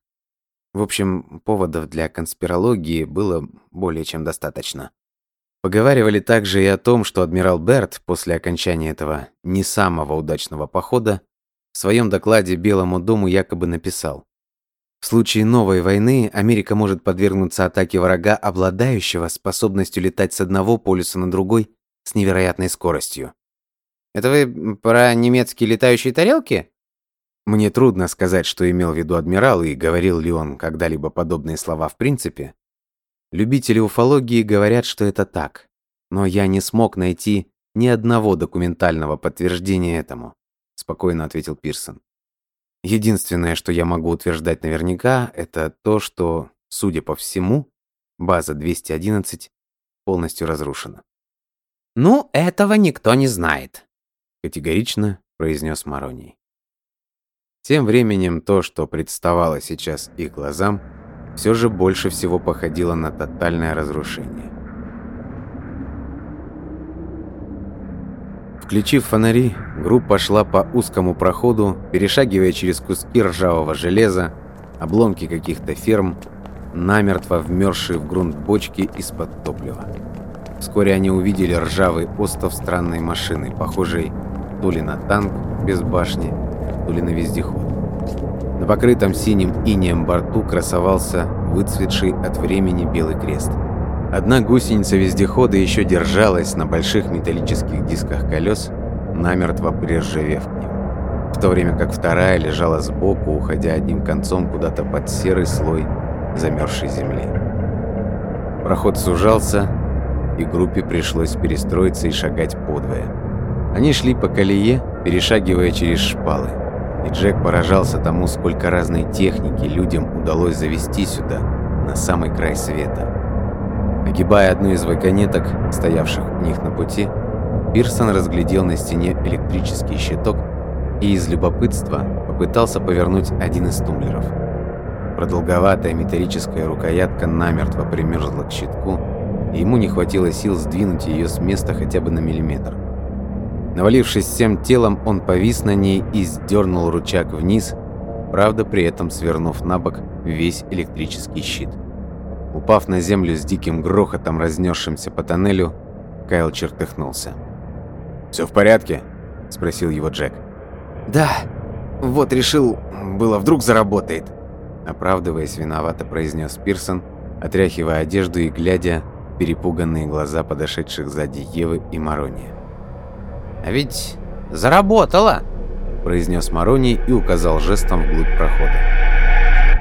В общем, поводов для конспирологии было более чем достаточно. Поговаривали также и о том, что адмирал Берт после окончания этого не самого удачного похода в своем докладе Белому дому якобы написал: в случае новой войны Америка может подвергнуться атаке врага, обладающего способностью летать с одного полюса на другой с невероятной скоростью. Это вы про немецкие летающие тарелки? Мне трудно сказать, что имел в виду адмирал и говорил ли он когда-либо подобные слова в принципе. Любители уфологии говорят, что это так, но я не смог найти ни одного документального подтверждения этому, спокойно ответил Пирсон. Единственное, что я могу утверждать наверняка, это то, что, судя по всему, база 211 полностью разрушена. «Ну, этого никто не знает», — категорично произнес Мароний. Тем временем то, что представало сейчас их глазам, все же больше всего походило на тотальное разрушение. Включив фонари, группа шла по узкому проходу, перешагивая через куски ржавого железа, обломки каких-то ферм, намертво вмерзшие в грунт бочки из-под топлива. Вскоре они увидели ржавый остов странной машины, похожей то ли на танк без башни, то ли на вездеход. На покрытом синим инеем борту красовался выцветший от времени белый крест. Одна гусеница вездехода еще держалась на больших металлических дисках колес, намертво приржавев к ним, в то время как вторая лежала сбоку, уходя одним концом куда-то под серый слой замерзшей земли. Проход сужался, и группе пришлось перестроиться и шагать подвое. Они шли по колее, перешагивая через шпалы, и Джек поражался тому, сколько разной техники людям удалось завести сюда, на самый край света. Огибая одну из вагонеток, стоявших у них на пути, Пирсон разглядел на стене электрический щиток и из любопытства попытался повернуть один из тумблеров. Продолговатая металлическая рукоятка намертво примерзла к щитку, и ему не хватило сил сдвинуть ее с места хотя бы на миллиметр. Навалившись всем телом, он повис на ней и сдернул рычаг вниз, правда при этом свернув на бок весь электрический щит. Упав на землю с диким грохотом, разнесшимся по тоннелю, Кайл чертыхнулся. «Все в порядке?» – спросил его Джек. «Да, вот решил, было вдруг заработает», – оправдываясь, виновато произнес Пирсон, отряхивая одежду и глядя в перепуганные глаза подошедших сзади Евы и Марония. «А ведь заработало!» – произнес Мароний и указал жестом вглубь прохода.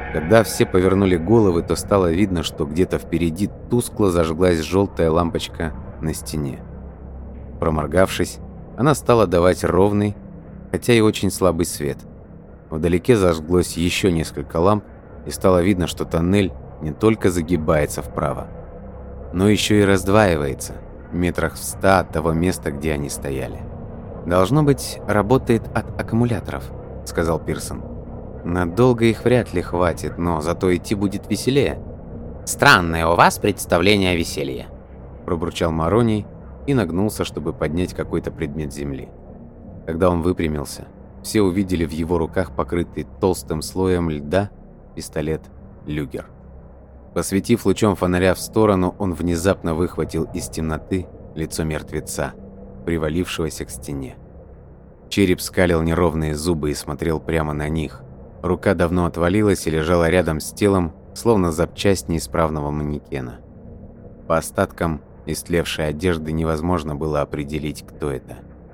Когда все повернули головы, то стало видно, что где-то впереди тускло зажглась желтая лампочка на стене. Проморгавшись, она стала давать ровный, хотя и очень слабый свет. Вдалеке зажглось еще несколько ламп, и стало видно, что тоннель не только загибается вправо, но еще и раздваивается метрах в 100 от того места, где они стояли. «Должно быть, работает от аккумуляторов», — сказал Пирсон. «Надолго их вряд ли хватит, но зато идти будет веселее». «Странное у вас представление о веселье», — пробурчал Мароний и нагнулся, чтобы поднять какой-то предмет земли. Когда он выпрямился, все увидели в его руках покрытый толстым слоем льда пистолет «Люгер». Посветив лучом фонаря в сторону, он внезапно выхватил из темноты лицо мертвеца, привалившегося к стене. Череп скалил неровные зубы и смотрел прямо на них. Рука давно отвалилась и лежала рядом с телом, словно запчасть неисправного манекена. По остаткам истлевшей одежды невозможно было определить, кто это.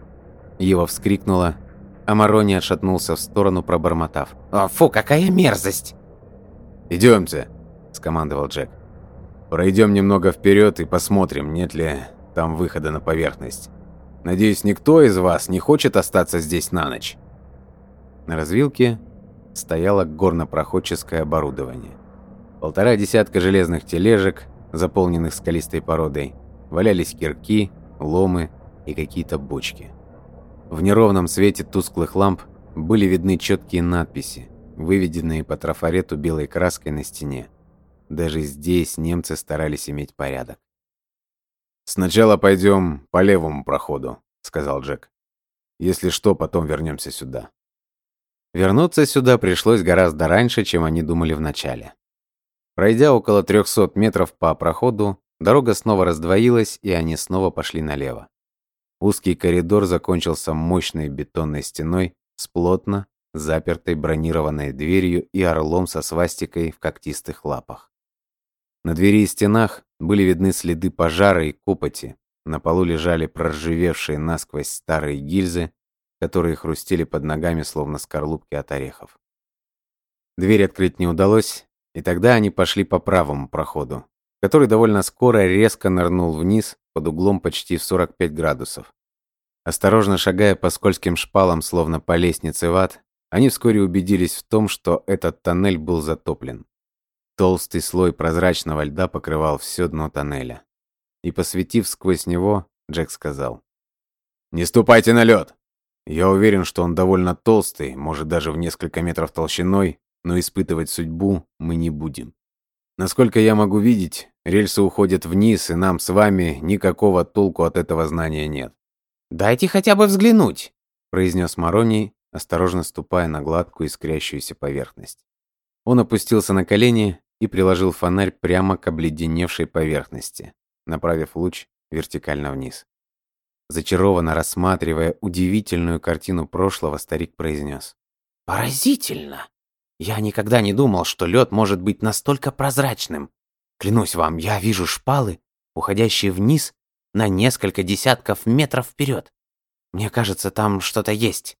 Ева вскрикнула, а Марони отшатнулся в сторону, пробормотав: «О, фу, какая мерзость!» «Идемте», — скомандовал Джек. «Пройдем немного вперед и посмотрим, нет ли там выхода на поверхность. Надеюсь, никто из вас не хочет остаться здесь на ночь». На развилке стояло горнопроходческое оборудование. 1,5 десятка железных тележек, заполненных скалистой породой, валялись кирки, ломы и какие-то бочки. В неровном свете тусклых ламп были видны четкие надписи, выведенные по трафарету белой краской на стене. Даже здесь немцы старались иметь порядок. «Сначала пойдем по левому проходу», — сказал Джек. «Если что, потом вернемся сюда». Вернуться сюда пришлось гораздо раньше, чем они думали вначале. Пройдя около 300 метров по проходу, дорога снова раздвоилась, и они снова пошли налево. Узкий коридор закончился мощной бетонной стеной с плотно запертой бронированной дверью и орлом со свастикой в когтистых лапах. На двери и стенах были видны следы пожара и копоти, на полу лежали проржавевшие насквозь старые гильзы, которые хрустели под ногами, словно скорлупки от орехов. Дверь открыть не удалось, и тогда они пошли по правому проходу, который довольно скоро резко нырнул вниз под углом почти в 45 градусов. Осторожно шагая по скользким шпалам, словно по лестнице в ад, они вскоре убедились в том, что этот тоннель был затоплен. Толстый слой прозрачного льда покрывал все дно тоннеля. И посветив сквозь него, Джек сказал: «Не ступайте на лед! Я уверен, что он довольно толстый, может даже в несколько метров толщиной, но испытывать судьбу мы не будем. Насколько я могу видеть, рельсы уходят вниз, и нам с вами никакого толку от этого знания нет». «Дайте хотя бы взглянуть», — произнес Мароний, осторожно ступая на гладкую искрящуюся поверхность. Он опустился на колени и приложил фонарь прямо к обледеневшей поверхности, направив луч вертикально вниз. Зачарованно рассматривая удивительную картину прошлого, старик произнес: «Поразительно! Я никогда не думал, что лед может быть настолько прозрачным. Клянусь вам, я вижу шпалы, уходящие вниз на несколько десятков метров вперед. Мне кажется, там что-то есть».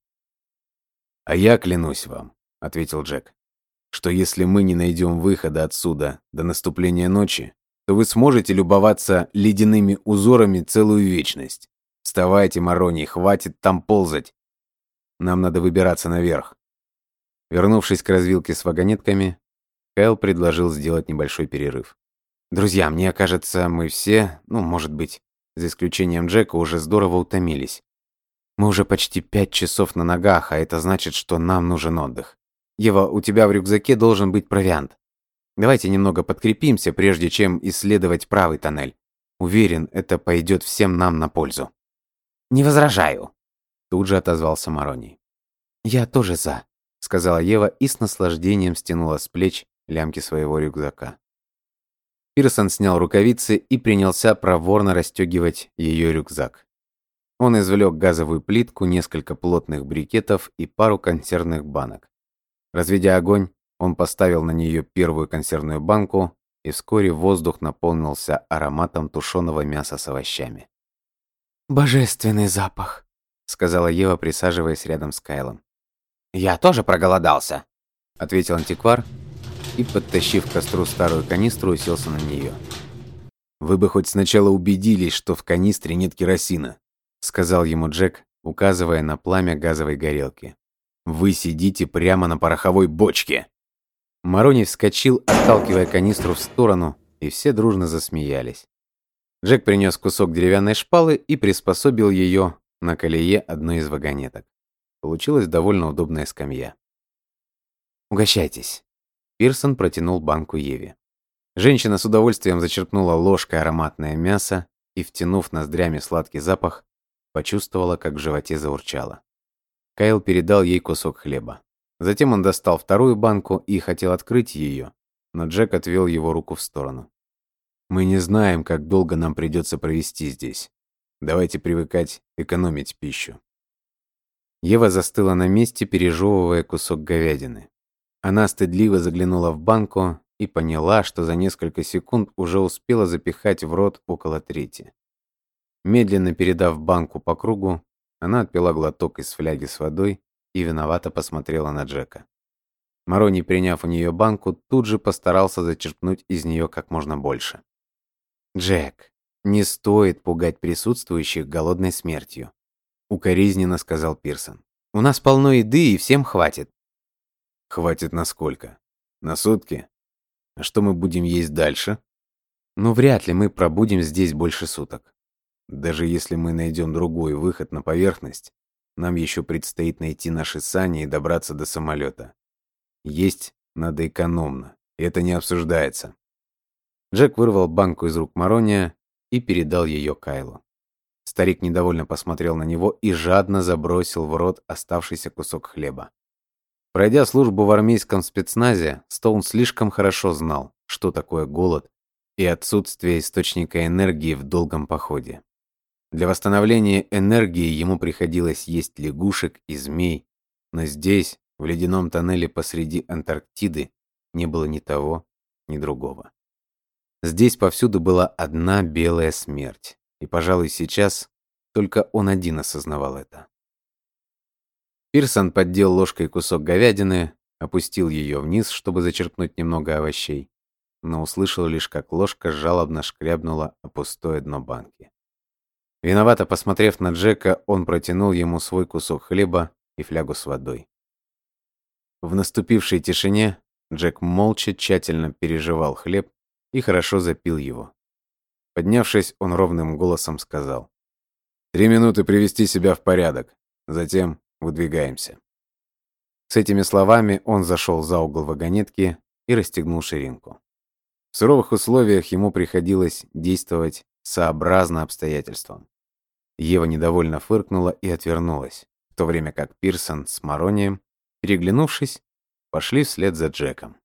«А я клянусь вам», — ответил Джек, «что если мы не найдем выхода отсюда до наступления ночи, то вы сможете любоваться ледяными узорами целую вечность. Вставайте, Мароний, хватит там ползать. Нам надо выбираться наверх». Вернувшись к развилке с вагонетками, Кайл предложил сделать небольшой перерыв. «Друзья, мне кажется, мы все, может быть, за исключением Джека, уже здорово утомились. Мы уже почти 5 часов на ногах, а это значит, что нам нужен отдых. Ева, у тебя в рюкзаке должен быть провиант. Давайте немного подкрепимся, прежде чем исследовать правый тоннель. Уверен, это пойдет всем нам на пользу». «Не возражаю», — тут же отозвался Мароний. «Я тоже за», — сказала Ева и с наслаждением стянула с плеч лямки своего рюкзака. Пирсон снял рукавицы и принялся проворно расстегивать ее рюкзак. Он извлек газовую плитку, несколько плотных брикетов и пару консервных банок. Разведя огонь, он поставил на нее первую консервную банку, и вскоре воздух наполнился ароматом тушеного мяса с овощами. «Божественный запах», — сказала Ева, присаживаясь рядом с Кайлом. «Я тоже проголодался», — ответил антиквар и, подтащив к костру старую канистру, уселся на нее. «Вы бы хоть сначала убедились, что в канистре нет керосина», — сказал ему Джек, указывая на пламя газовой горелки. «Вы сидите прямо на пороховой бочке!» Марони вскочил, отталкивая канистру в сторону, и все дружно засмеялись. Джек принес кусок деревянной шпалы и приспособил ее на колее одной из вагонеток. Получилась довольно удобная скамья. «Угощайтесь». Пирсон протянул банку Еве. Женщина с удовольствием зачерпнула ложкой ароматное мясо и, втянув ноздрями сладкий запах, почувствовала, как в животе заурчало. Кайл передал ей кусок хлеба. Затем он достал вторую банку и хотел открыть ее, но Джек отвел его руку в сторону. «Мы не знаем, как долго нам придется провести здесь. Давайте привыкать экономить пищу». Ева застыла на месте, пережевывая кусок говядины. Она стыдливо заглянула в банку и поняла, что за несколько секунд уже успела запихать в рот около трети. Медленно передав банку по кругу, она отпила глоток из фляги с водой и виновато посмотрела на Джека. Марони, приняв у нее банку, тут же постарался зачерпнуть из нее как можно больше. «Джек, не стоит пугать присутствующих голодной смертью», — укоризненно сказал Пирсон. «У нас полно еды и всем хватит». «Хватит на сколько? На сутки? А что мы будем есть дальше?» «Ну, вряд ли мы пробудем здесь больше суток. Даже если мы найдем другой выход на поверхность, нам еще предстоит найти наши сани и добраться до самолета. Есть надо экономно, и это не обсуждается». Джек вырвал банку из рук Марония и передал ее Кайлу. Старик недовольно посмотрел на него и жадно забросил в рот оставшийся кусок хлеба. Пройдя службу в армейском спецназе, Стоун слишком хорошо знал, что такое голод и отсутствие источника энергии в долгом походе. Для восстановления энергии ему приходилось есть лягушек и змей, но здесь, в ледяном тоннеле посреди Антарктиды, не было ни того, ни другого. Здесь повсюду была одна белая смерть, и, пожалуй, сейчас только он один осознавал это. Пирсон поддел ложкой кусок говядины, опустил ее вниз, чтобы зачерпнуть немного овощей, но услышал лишь, как ложка жалобно шкрябнула о пустое дно банки. Виновато посмотрев на Джека, он протянул ему свой кусок хлеба и флягу с водой. В наступившей тишине Джек молча тщательно пережевал хлеб и хорошо запил его. Поднявшись, он ровным голосом сказал: «3 минуты привести себя в порядок, затем выдвигаемся». С этими словами он зашел за угол вагонетки и расстегнул ширинку. В суровых условиях ему приходилось действовать сообразно обстоятельствам. Ева недовольно фыркнула и отвернулась, в то время как Пирсон с Маронием, переглянувшись, пошли вслед за Джеком.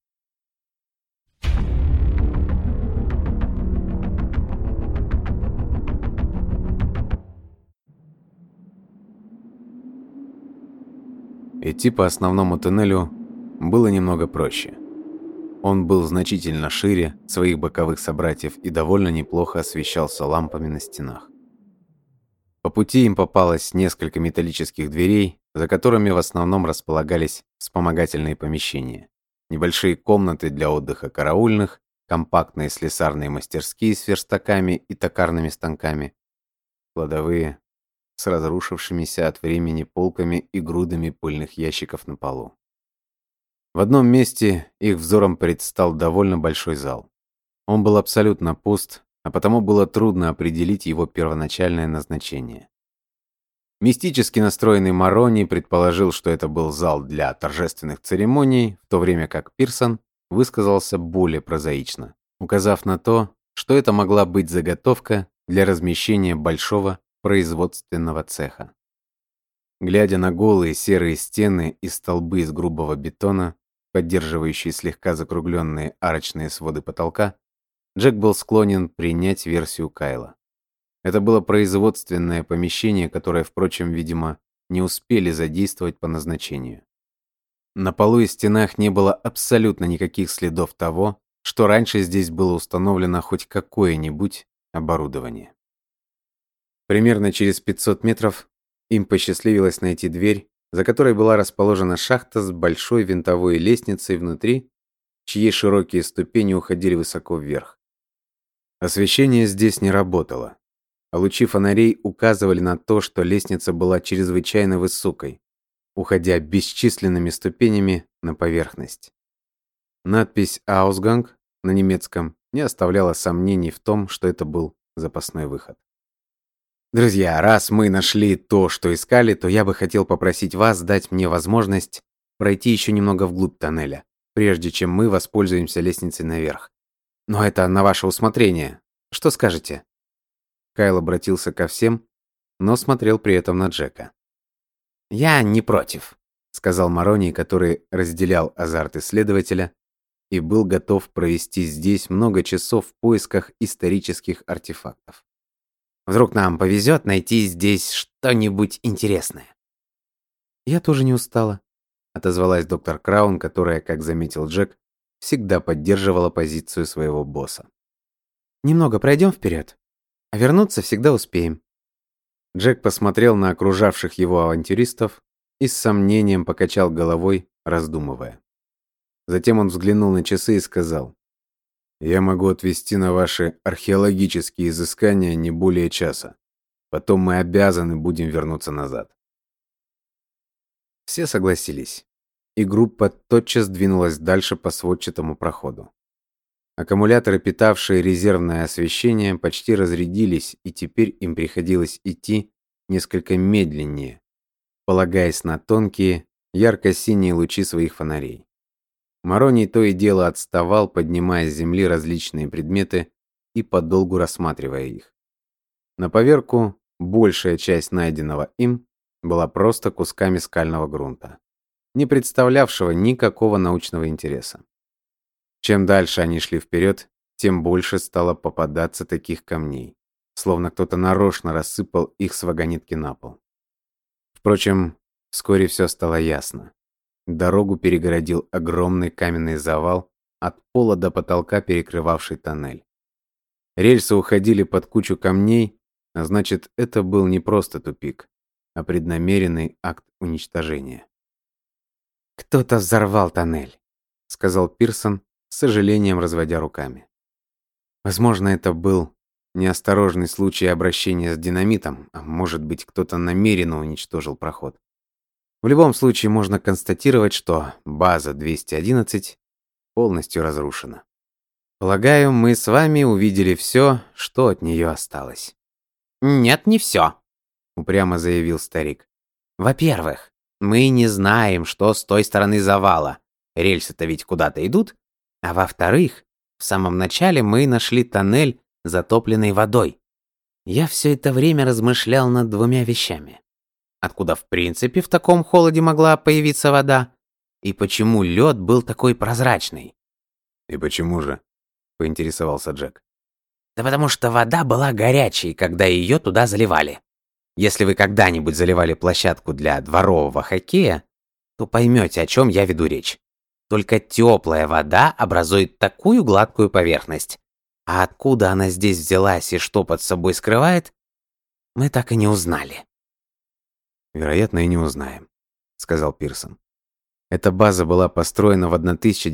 Идти по основному туннелю было немного проще. Он был значительно шире своих боковых собратьев и довольно неплохо освещался лампами на стенах. По пути им попалось несколько металлических дверей, за которыми в основном располагались вспомогательные помещения. Небольшие комнаты для отдыха караульных, компактные слесарные мастерские с верстаками и токарными станками, кладовые с разрушившимися от времени полками и грудами пыльных ящиков на полу. В одном месте их взором предстал довольно большой зал. Он был абсолютно пуст, а потому было трудно определить его первоначальное назначение. Мистически настроенный Марони предположил, что это был зал для торжественных церемоний, в то время как Пирсон высказался более прозаично, указав на то, что это могла быть заготовка для размещения большого производственного цеха. Глядя на голые серые стены и столбы из грубого бетона, поддерживающие слегка закругленные арочные своды потолка, Джек был склонен принять версию Кайла. Это было производственное помещение, которое, впрочем, видимо, не успели задействовать по назначению. На полу и стенах не было абсолютно никаких следов того, что раньше здесь было установлено хоть какое-нибудь оборудование. Примерно через 500 метров им посчастливилось найти дверь, за которой была расположена шахта с большой винтовой лестницей внутри, чьи широкие ступени уходили высоко вверх. Освещение здесь не работало, а лучи фонарей указывали на то, что лестница была чрезвычайно высокой, уходя бесчисленными ступенями на поверхность. Надпись «Ausgang» на немецком не оставляла сомнений в том, что это был запасной выход. Друзья, раз мы нашли то, что искали, то я бы хотел попросить вас дать мне возможность пройти еще немного вглубь тоннеля, прежде чем мы воспользуемся лестницей наверх. Но это на ваше усмотрение. Что скажете? Кайл обратился ко всем, но смотрел при этом на Джека. «Я не против», — сказал Мароний, который разделял азарт исследователя и был готов провести здесь много часов в поисках исторических артефактов. «Вдруг нам повезет найти здесь что-нибудь интересное». «Я тоже не устала», — отозвалась доктор Краун, которая, как заметил Джек, всегда поддерживала позицию своего босса. «Немного пройдем вперед, а вернуться всегда успеем». Джек посмотрел на окружавших его авантюристов и с сомнением покачал головой, раздумывая. Затем он взглянул на часы и сказал: «Я могу отвести на ваши археологические изыскания не более часа. Потом мы обязаны будем вернуться назад». Все согласились, и группа тотчас двинулась дальше по сводчатому проходу. Аккумуляторы, питавшие резервное освещение, почти разрядились, и теперь им приходилось идти несколько медленнее, полагаясь на тонкие, ярко-синие лучи своих фонарей. Мароний то и дело отставал, поднимая с земли различные предметы и подолгу рассматривая их. На поверку большая часть найденного им была просто кусками скального грунта, не представлявшего никакого научного интереса. Чем дальше они шли вперед, тем больше стало попадаться таких камней, словно кто-то нарочно рассыпал их с вагонетки на пол. Впрочем, вскоре все стало ясно. Дорогу перегородил огромный каменный завал, от пола до потолка перекрывавший тоннель. Рельсы уходили под кучу камней, а значит, это был не просто тупик, а преднамеренный акт уничтожения. «Кто-то взорвал тоннель», — сказал Пирсон, с сожалением разводя руками. Возможно, это был неосторожный случай обращения с динамитом, а может быть, кто-то намеренно уничтожил проход. В любом случае можно констатировать, что база 211 полностью разрушена. Полагаю, мы с вами увидели все, что от нее осталось. «Нет, не все», — упрямо заявил старик. «Во-первых, мы не знаем, что с той стороны завала. Рельсы-то ведь куда-то идут. А во-вторых, в самом начале мы нашли тоннель, затопленный водой. Я все это время размышлял над двумя вещами. Откуда в принципе в таком холоде могла появиться вода? И почему лед был такой прозрачный?» «И почему же?» — поинтересовался Джек. «Да потому что вода была горячей, когда ее туда заливали. Если вы когда-нибудь заливали площадку для дворового хоккея, то поймете, о чем я веду речь. Только теплая вода образует такую гладкую поверхность. А откуда она здесь взялась и что под собой скрывает, мы так и не узнали». «Вероятно, и не узнаем», — сказал Пирсон. «Эта база была построена в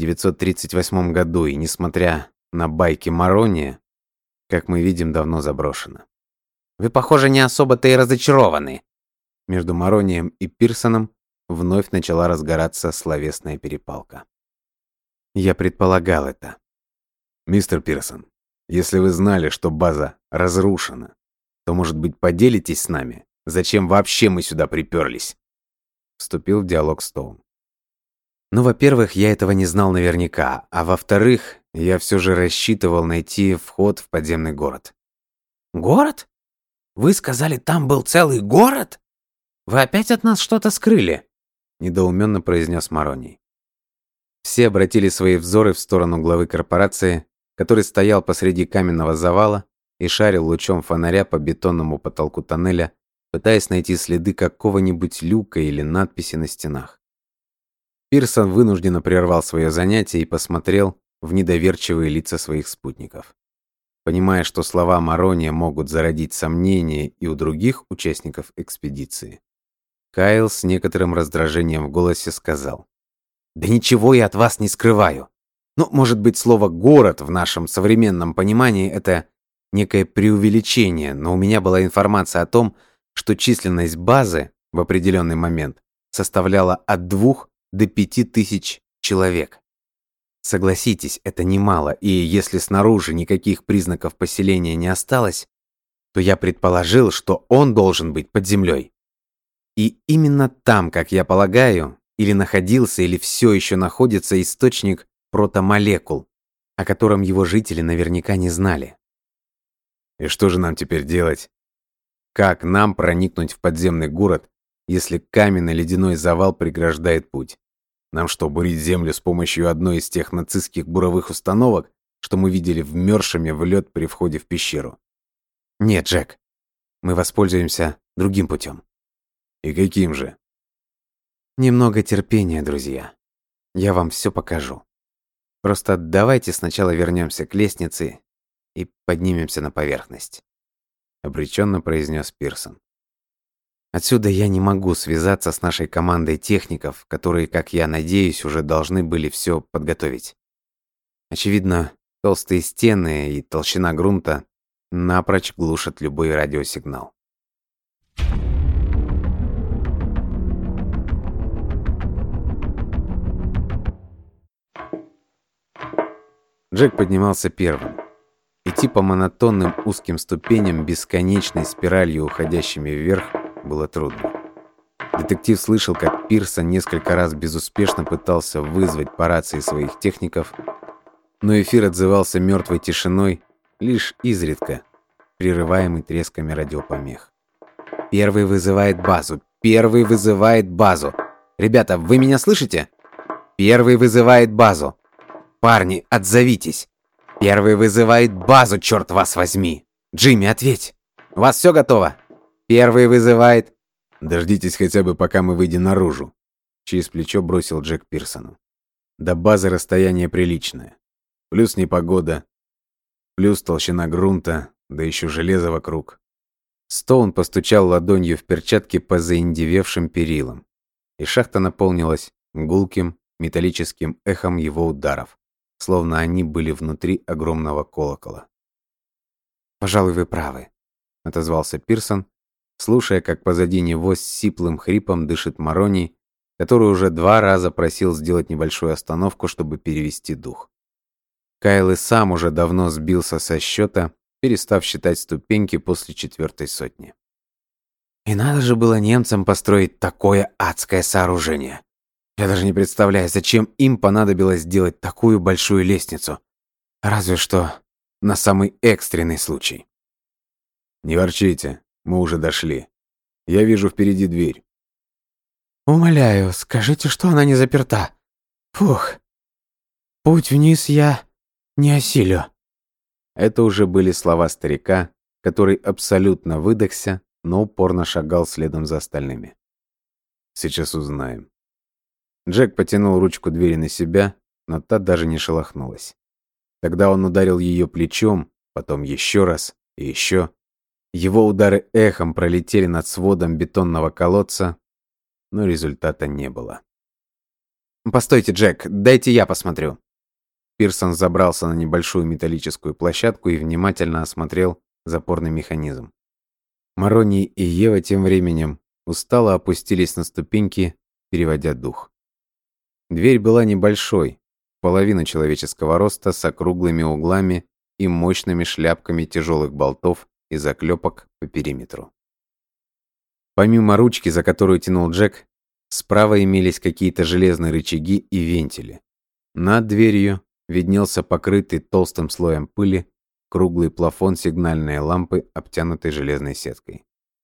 1938 году и, несмотря на байки Марония, как мы видим, давно заброшена». «Вы, похоже, не особо-то и разочарованы». Между Маронием и Пирсоном вновь начала разгораться словесная перепалка. «Я предполагал это. Мистер Пирсон, если вы знали, что база разрушена, то, может быть, поделитесь с нами, зачем вообще мы сюда приперлись?» Вступил в диалог Стоун. «Ну, во-первых, я этого не знал наверняка, а во-вторых, я все же рассчитывал найти вход в подземный город». «Город? Вы сказали, там был целый город? Вы опять от нас что-то скрыли?» Недоуменно произнес Мароний. Все обратили свои взоры в сторону главы корпорации, который стоял посреди каменного завала и шарил лучом фонаря по бетонному потолку тоннеля, пытаясь найти следы какого-нибудь люка или надписи на стенах. Пирсон вынужденно прервал свое занятие и посмотрел в недоверчивые лица своих спутников. Понимая, что слова Марония могут зародить сомнения и у других участников экспедиции, Кайл с некоторым раздражением в голосе сказал: «Да ничего я от вас не скрываю. Ну, может быть, слово «город» в нашем современном понимании — это некое преувеличение, но у меня была информация о том, что численность базы в определенный момент составляла от 2 до 5 тысяч человек. Согласитесь, это немало, и если снаружи никаких признаков поселения не осталось, то я предположил, что он должен быть под землей. И именно там, как я полагаю, или находился, или все еще находится источник протомолекул, о котором его жители наверняка не знали. И что же нам теперь делать? Как нам проникнуть в подземный город, если каменный ледяной завал преграждает путь? Нам что, бурить землю с помощью одной из тех нацистских буровых установок, что мы видели вмерзшими в лед при входе в пещеру? Нет, Джек, мы воспользуемся другим путем. И каким же? Немного терпения, друзья. Я вам все покажу. Просто давайте сначала вернемся к лестнице и поднимемся на поверхность. Обреченно произнес Пирсон. Отсюда я не могу связаться с нашей командой техников, которые, как я надеюсь, уже должны были все подготовить. Очевидно, толстые стены и толщина грунта напрочь глушат любой радиосигнал. Джек поднимался первым. Идти по монотонным узким ступеням, бесконечной спиралью, уходящими вверх, было трудно. Детектив слышал, как Пирсон несколько раз безуспешно пытался вызвать по рации своих техников, но эфир отзывался мертвой тишиной лишь изредка, прерываемый тресками радиопомех. «Первый вызывает базу! Первый вызывает базу! Ребята, вы меня слышите? Первый вызывает базу! Парни, отзовитесь! Первый вызывает базу, черт вас возьми! Джимми, ответь! У вас все готово? Первый вызывает...» «Дождитесь хотя бы, пока мы выйдем наружу», — через плечо бросил Джек Пирсону. «До базы расстояние приличное. Плюс непогода, плюс толщина грунта, да еще железо вокруг». Стоун постучал ладонью в перчатке по заиндевевшим перилам, и шахта наполнилась гулким металлическим эхом его ударов, словно они были внутри огромного колокола. «Пожалуй, вы правы», — отозвался Пирсон, слушая, как позади него с сиплым хрипом дышит Марони, который уже 2 раза просил сделать небольшую остановку, чтобы перевести дух. Кайл и сам уже давно сбился со счета, перестав считать ступеньки после 4-й сотни. «И надо же было немцам построить такое адское сооружение. Я даже не представляю, зачем им понадобилось сделать такую большую лестницу. Разве что на самый экстренный случай». «Не ворчите, мы уже дошли. Я вижу впереди дверь». «Умоляю, скажите, что она не заперта. Фух. Путь вниз я не осилю». Это уже были слова старика, который абсолютно выдохся, но упорно шагал следом за остальными. «Сейчас узнаем». Джек потянул ручку двери на себя, но та даже не шелохнулась. Тогда он ударил ее плечом, потом еще раз и еще. Его удары эхом пролетели над сводом бетонного колодца, но результата не было. «Постойте, Джек, дайте я посмотрю». Пирсон забрался на небольшую металлическую площадку и внимательно осмотрел запорный механизм. Марони и Ева тем временем устало опустились на ступеньки, переводя дух. Дверь была небольшой, половина человеческого роста, с округлыми углами и мощными шляпками тяжелых болтов и заклепок по периметру. Помимо ручки, за которую тянул Джек, справа имелись какие-то железные рычаги и вентили. Над дверью виднелся покрытый толстым слоем пыли круглый плафон сигнальной лампы, обтянутой железной сеткой.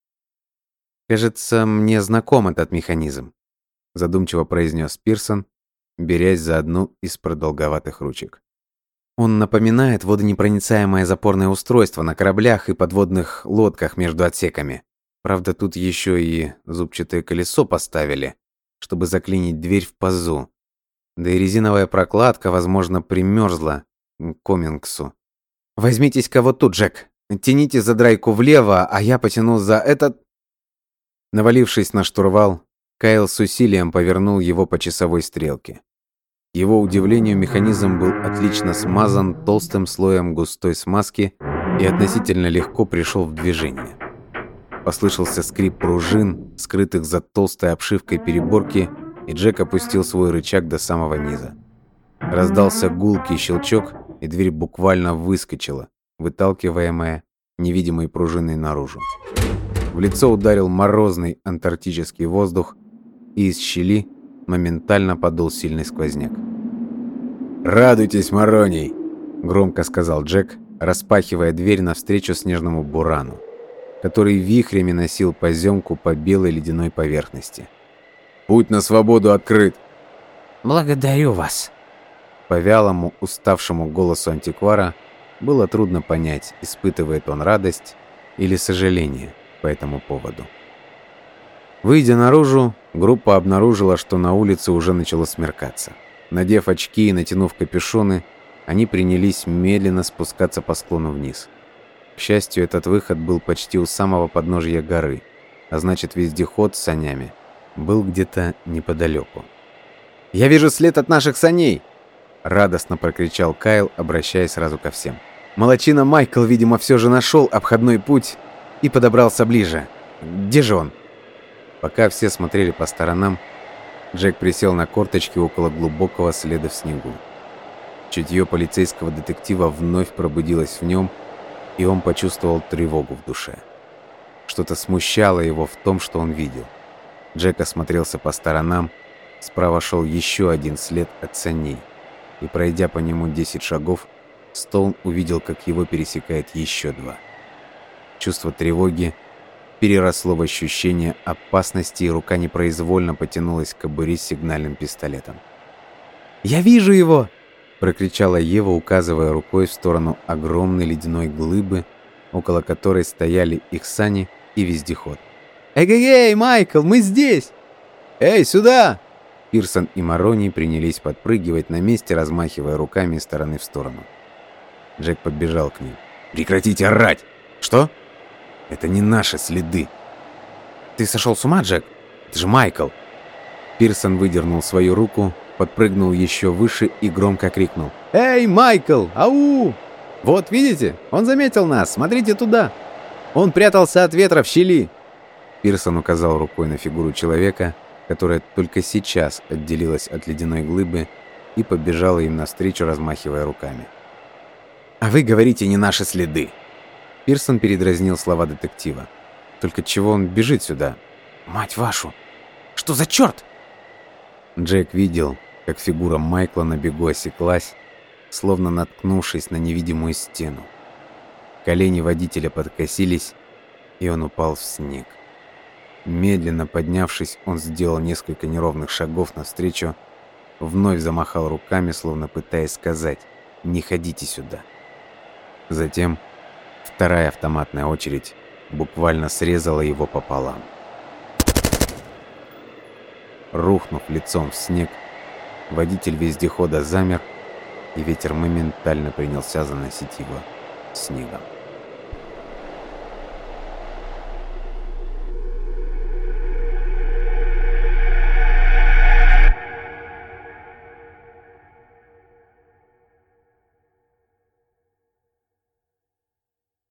«Кажется, мне знаком этот механизм», — задумчиво произнес Пирсон, берясь за одну из продолговатых ручек. «Он напоминает водонепроницаемое запорное устройство на кораблях и подводных лодках между отсеками. Правда, тут еще и зубчатое колесо поставили, чтобы заклинить дверь в пазу. Да и резиновая прокладка, возможно, примерзла к комингсу. Возьмитесь-ка вот тут, Джек. Тяните за драйку влево, а я потяну за этот...» Навалившись на штурвал, Кайл с усилием повернул его по часовой стрелке. К его удивлению, механизм был отлично смазан толстым слоем густой смазки и относительно легко пришел в движение. Послышался скрип пружин, скрытых за толстой обшивкой переборки, и Джек опустил свой рычаг до самого низа. Раздался гулкий щелчок, и дверь буквально выскочила, выталкиваемая невидимой пружиной наружу. В лицо ударил морозный антарктический воздух, и из щели моментально подул сильный сквозняк. «Радуйтесь, Мороний!» — громко сказал Джек, распахивая дверь навстречу снежному бурану, который вихрями носил поземку по белой ледяной поверхности. «Путь на свободу открыт!» «Благодарю вас!» По вялому, уставшему голосу антиквара было трудно понять, испытывает он радость или сожаление по этому поводу. Выйдя наружу, группа обнаружила, что на улице уже начало смеркаться. Надев очки и натянув капюшоны, они принялись медленно спускаться по склону вниз. К счастью, этот выход был почти у самого подножья горы, а значит, вездеход с санями был где-то неподалеку. «Я вижу след от наших саней!» — радостно прокричал Кайл, обращаясь сразу ко всем. «Молодчина Майкл, видимо, все же нашел обходной путь и подобрался ближе. Где же он?» Пока все смотрели по сторонам, Джек присел на корточки около глубокого следа в снегу. Чутье полицейского детектива вновь пробудилось в нем, и он почувствовал тревогу в душе. Что-то смущало его в том, что он видел. Джек осмотрелся по сторонам, справа шел еще один след от саней, и, пройдя по нему 10 шагов, Стоун увидел, как его пересекает еще 2. Чувство тревоги переросло в ощущение опасности, и рука непроизвольно потянулась к кобуре с сигнальным пистолетом. «Я вижу его!» — прокричала Ева, указывая рукой в сторону огромной ледяной глыбы, около которой стояли их сани и вездеход. «Эй, Майкл, мы здесь!» «Эй, сюда!» Пирсон и Мороний принялись подпрыгивать на месте, размахивая руками из стороны в сторону. Джек подбежал к ним. «Прекратите орать!» «Что?» «Это не наши следы!» «Ты сошел с ума, Джек? Это же Майкл!» Пирсон выдернул свою руку, подпрыгнул еще выше и громко крикнул. «Эй, Майкл! Ау! Вот, видите? Он заметил нас! Смотрите туда! Он прятался от ветра в щели!» Пирсон указал рукой на фигуру человека, которая только сейчас отделилась от ледяной глыбы и побежала им навстречу, размахивая руками. «А вы говорите, не наши следы!» Пирсон передразнил слова детектива. «Только чего он бежит сюда? Мать вашу! Что за черт?» Джек видел, как фигура Майкла на бегу осеклась, словно наткнувшись на невидимую стену. Колени водителя подкосились, и он упал в снег. Медленно поднявшись, он сделал несколько неровных шагов навстречу, вновь замахал руками, словно пытаясь сказать «Не ходите сюда». Затем вторая автоматная очередь буквально срезала его пополам. Рухнув лицом в снег, водитель вездехода замер, и ветер моментально принялся заносить его снегом.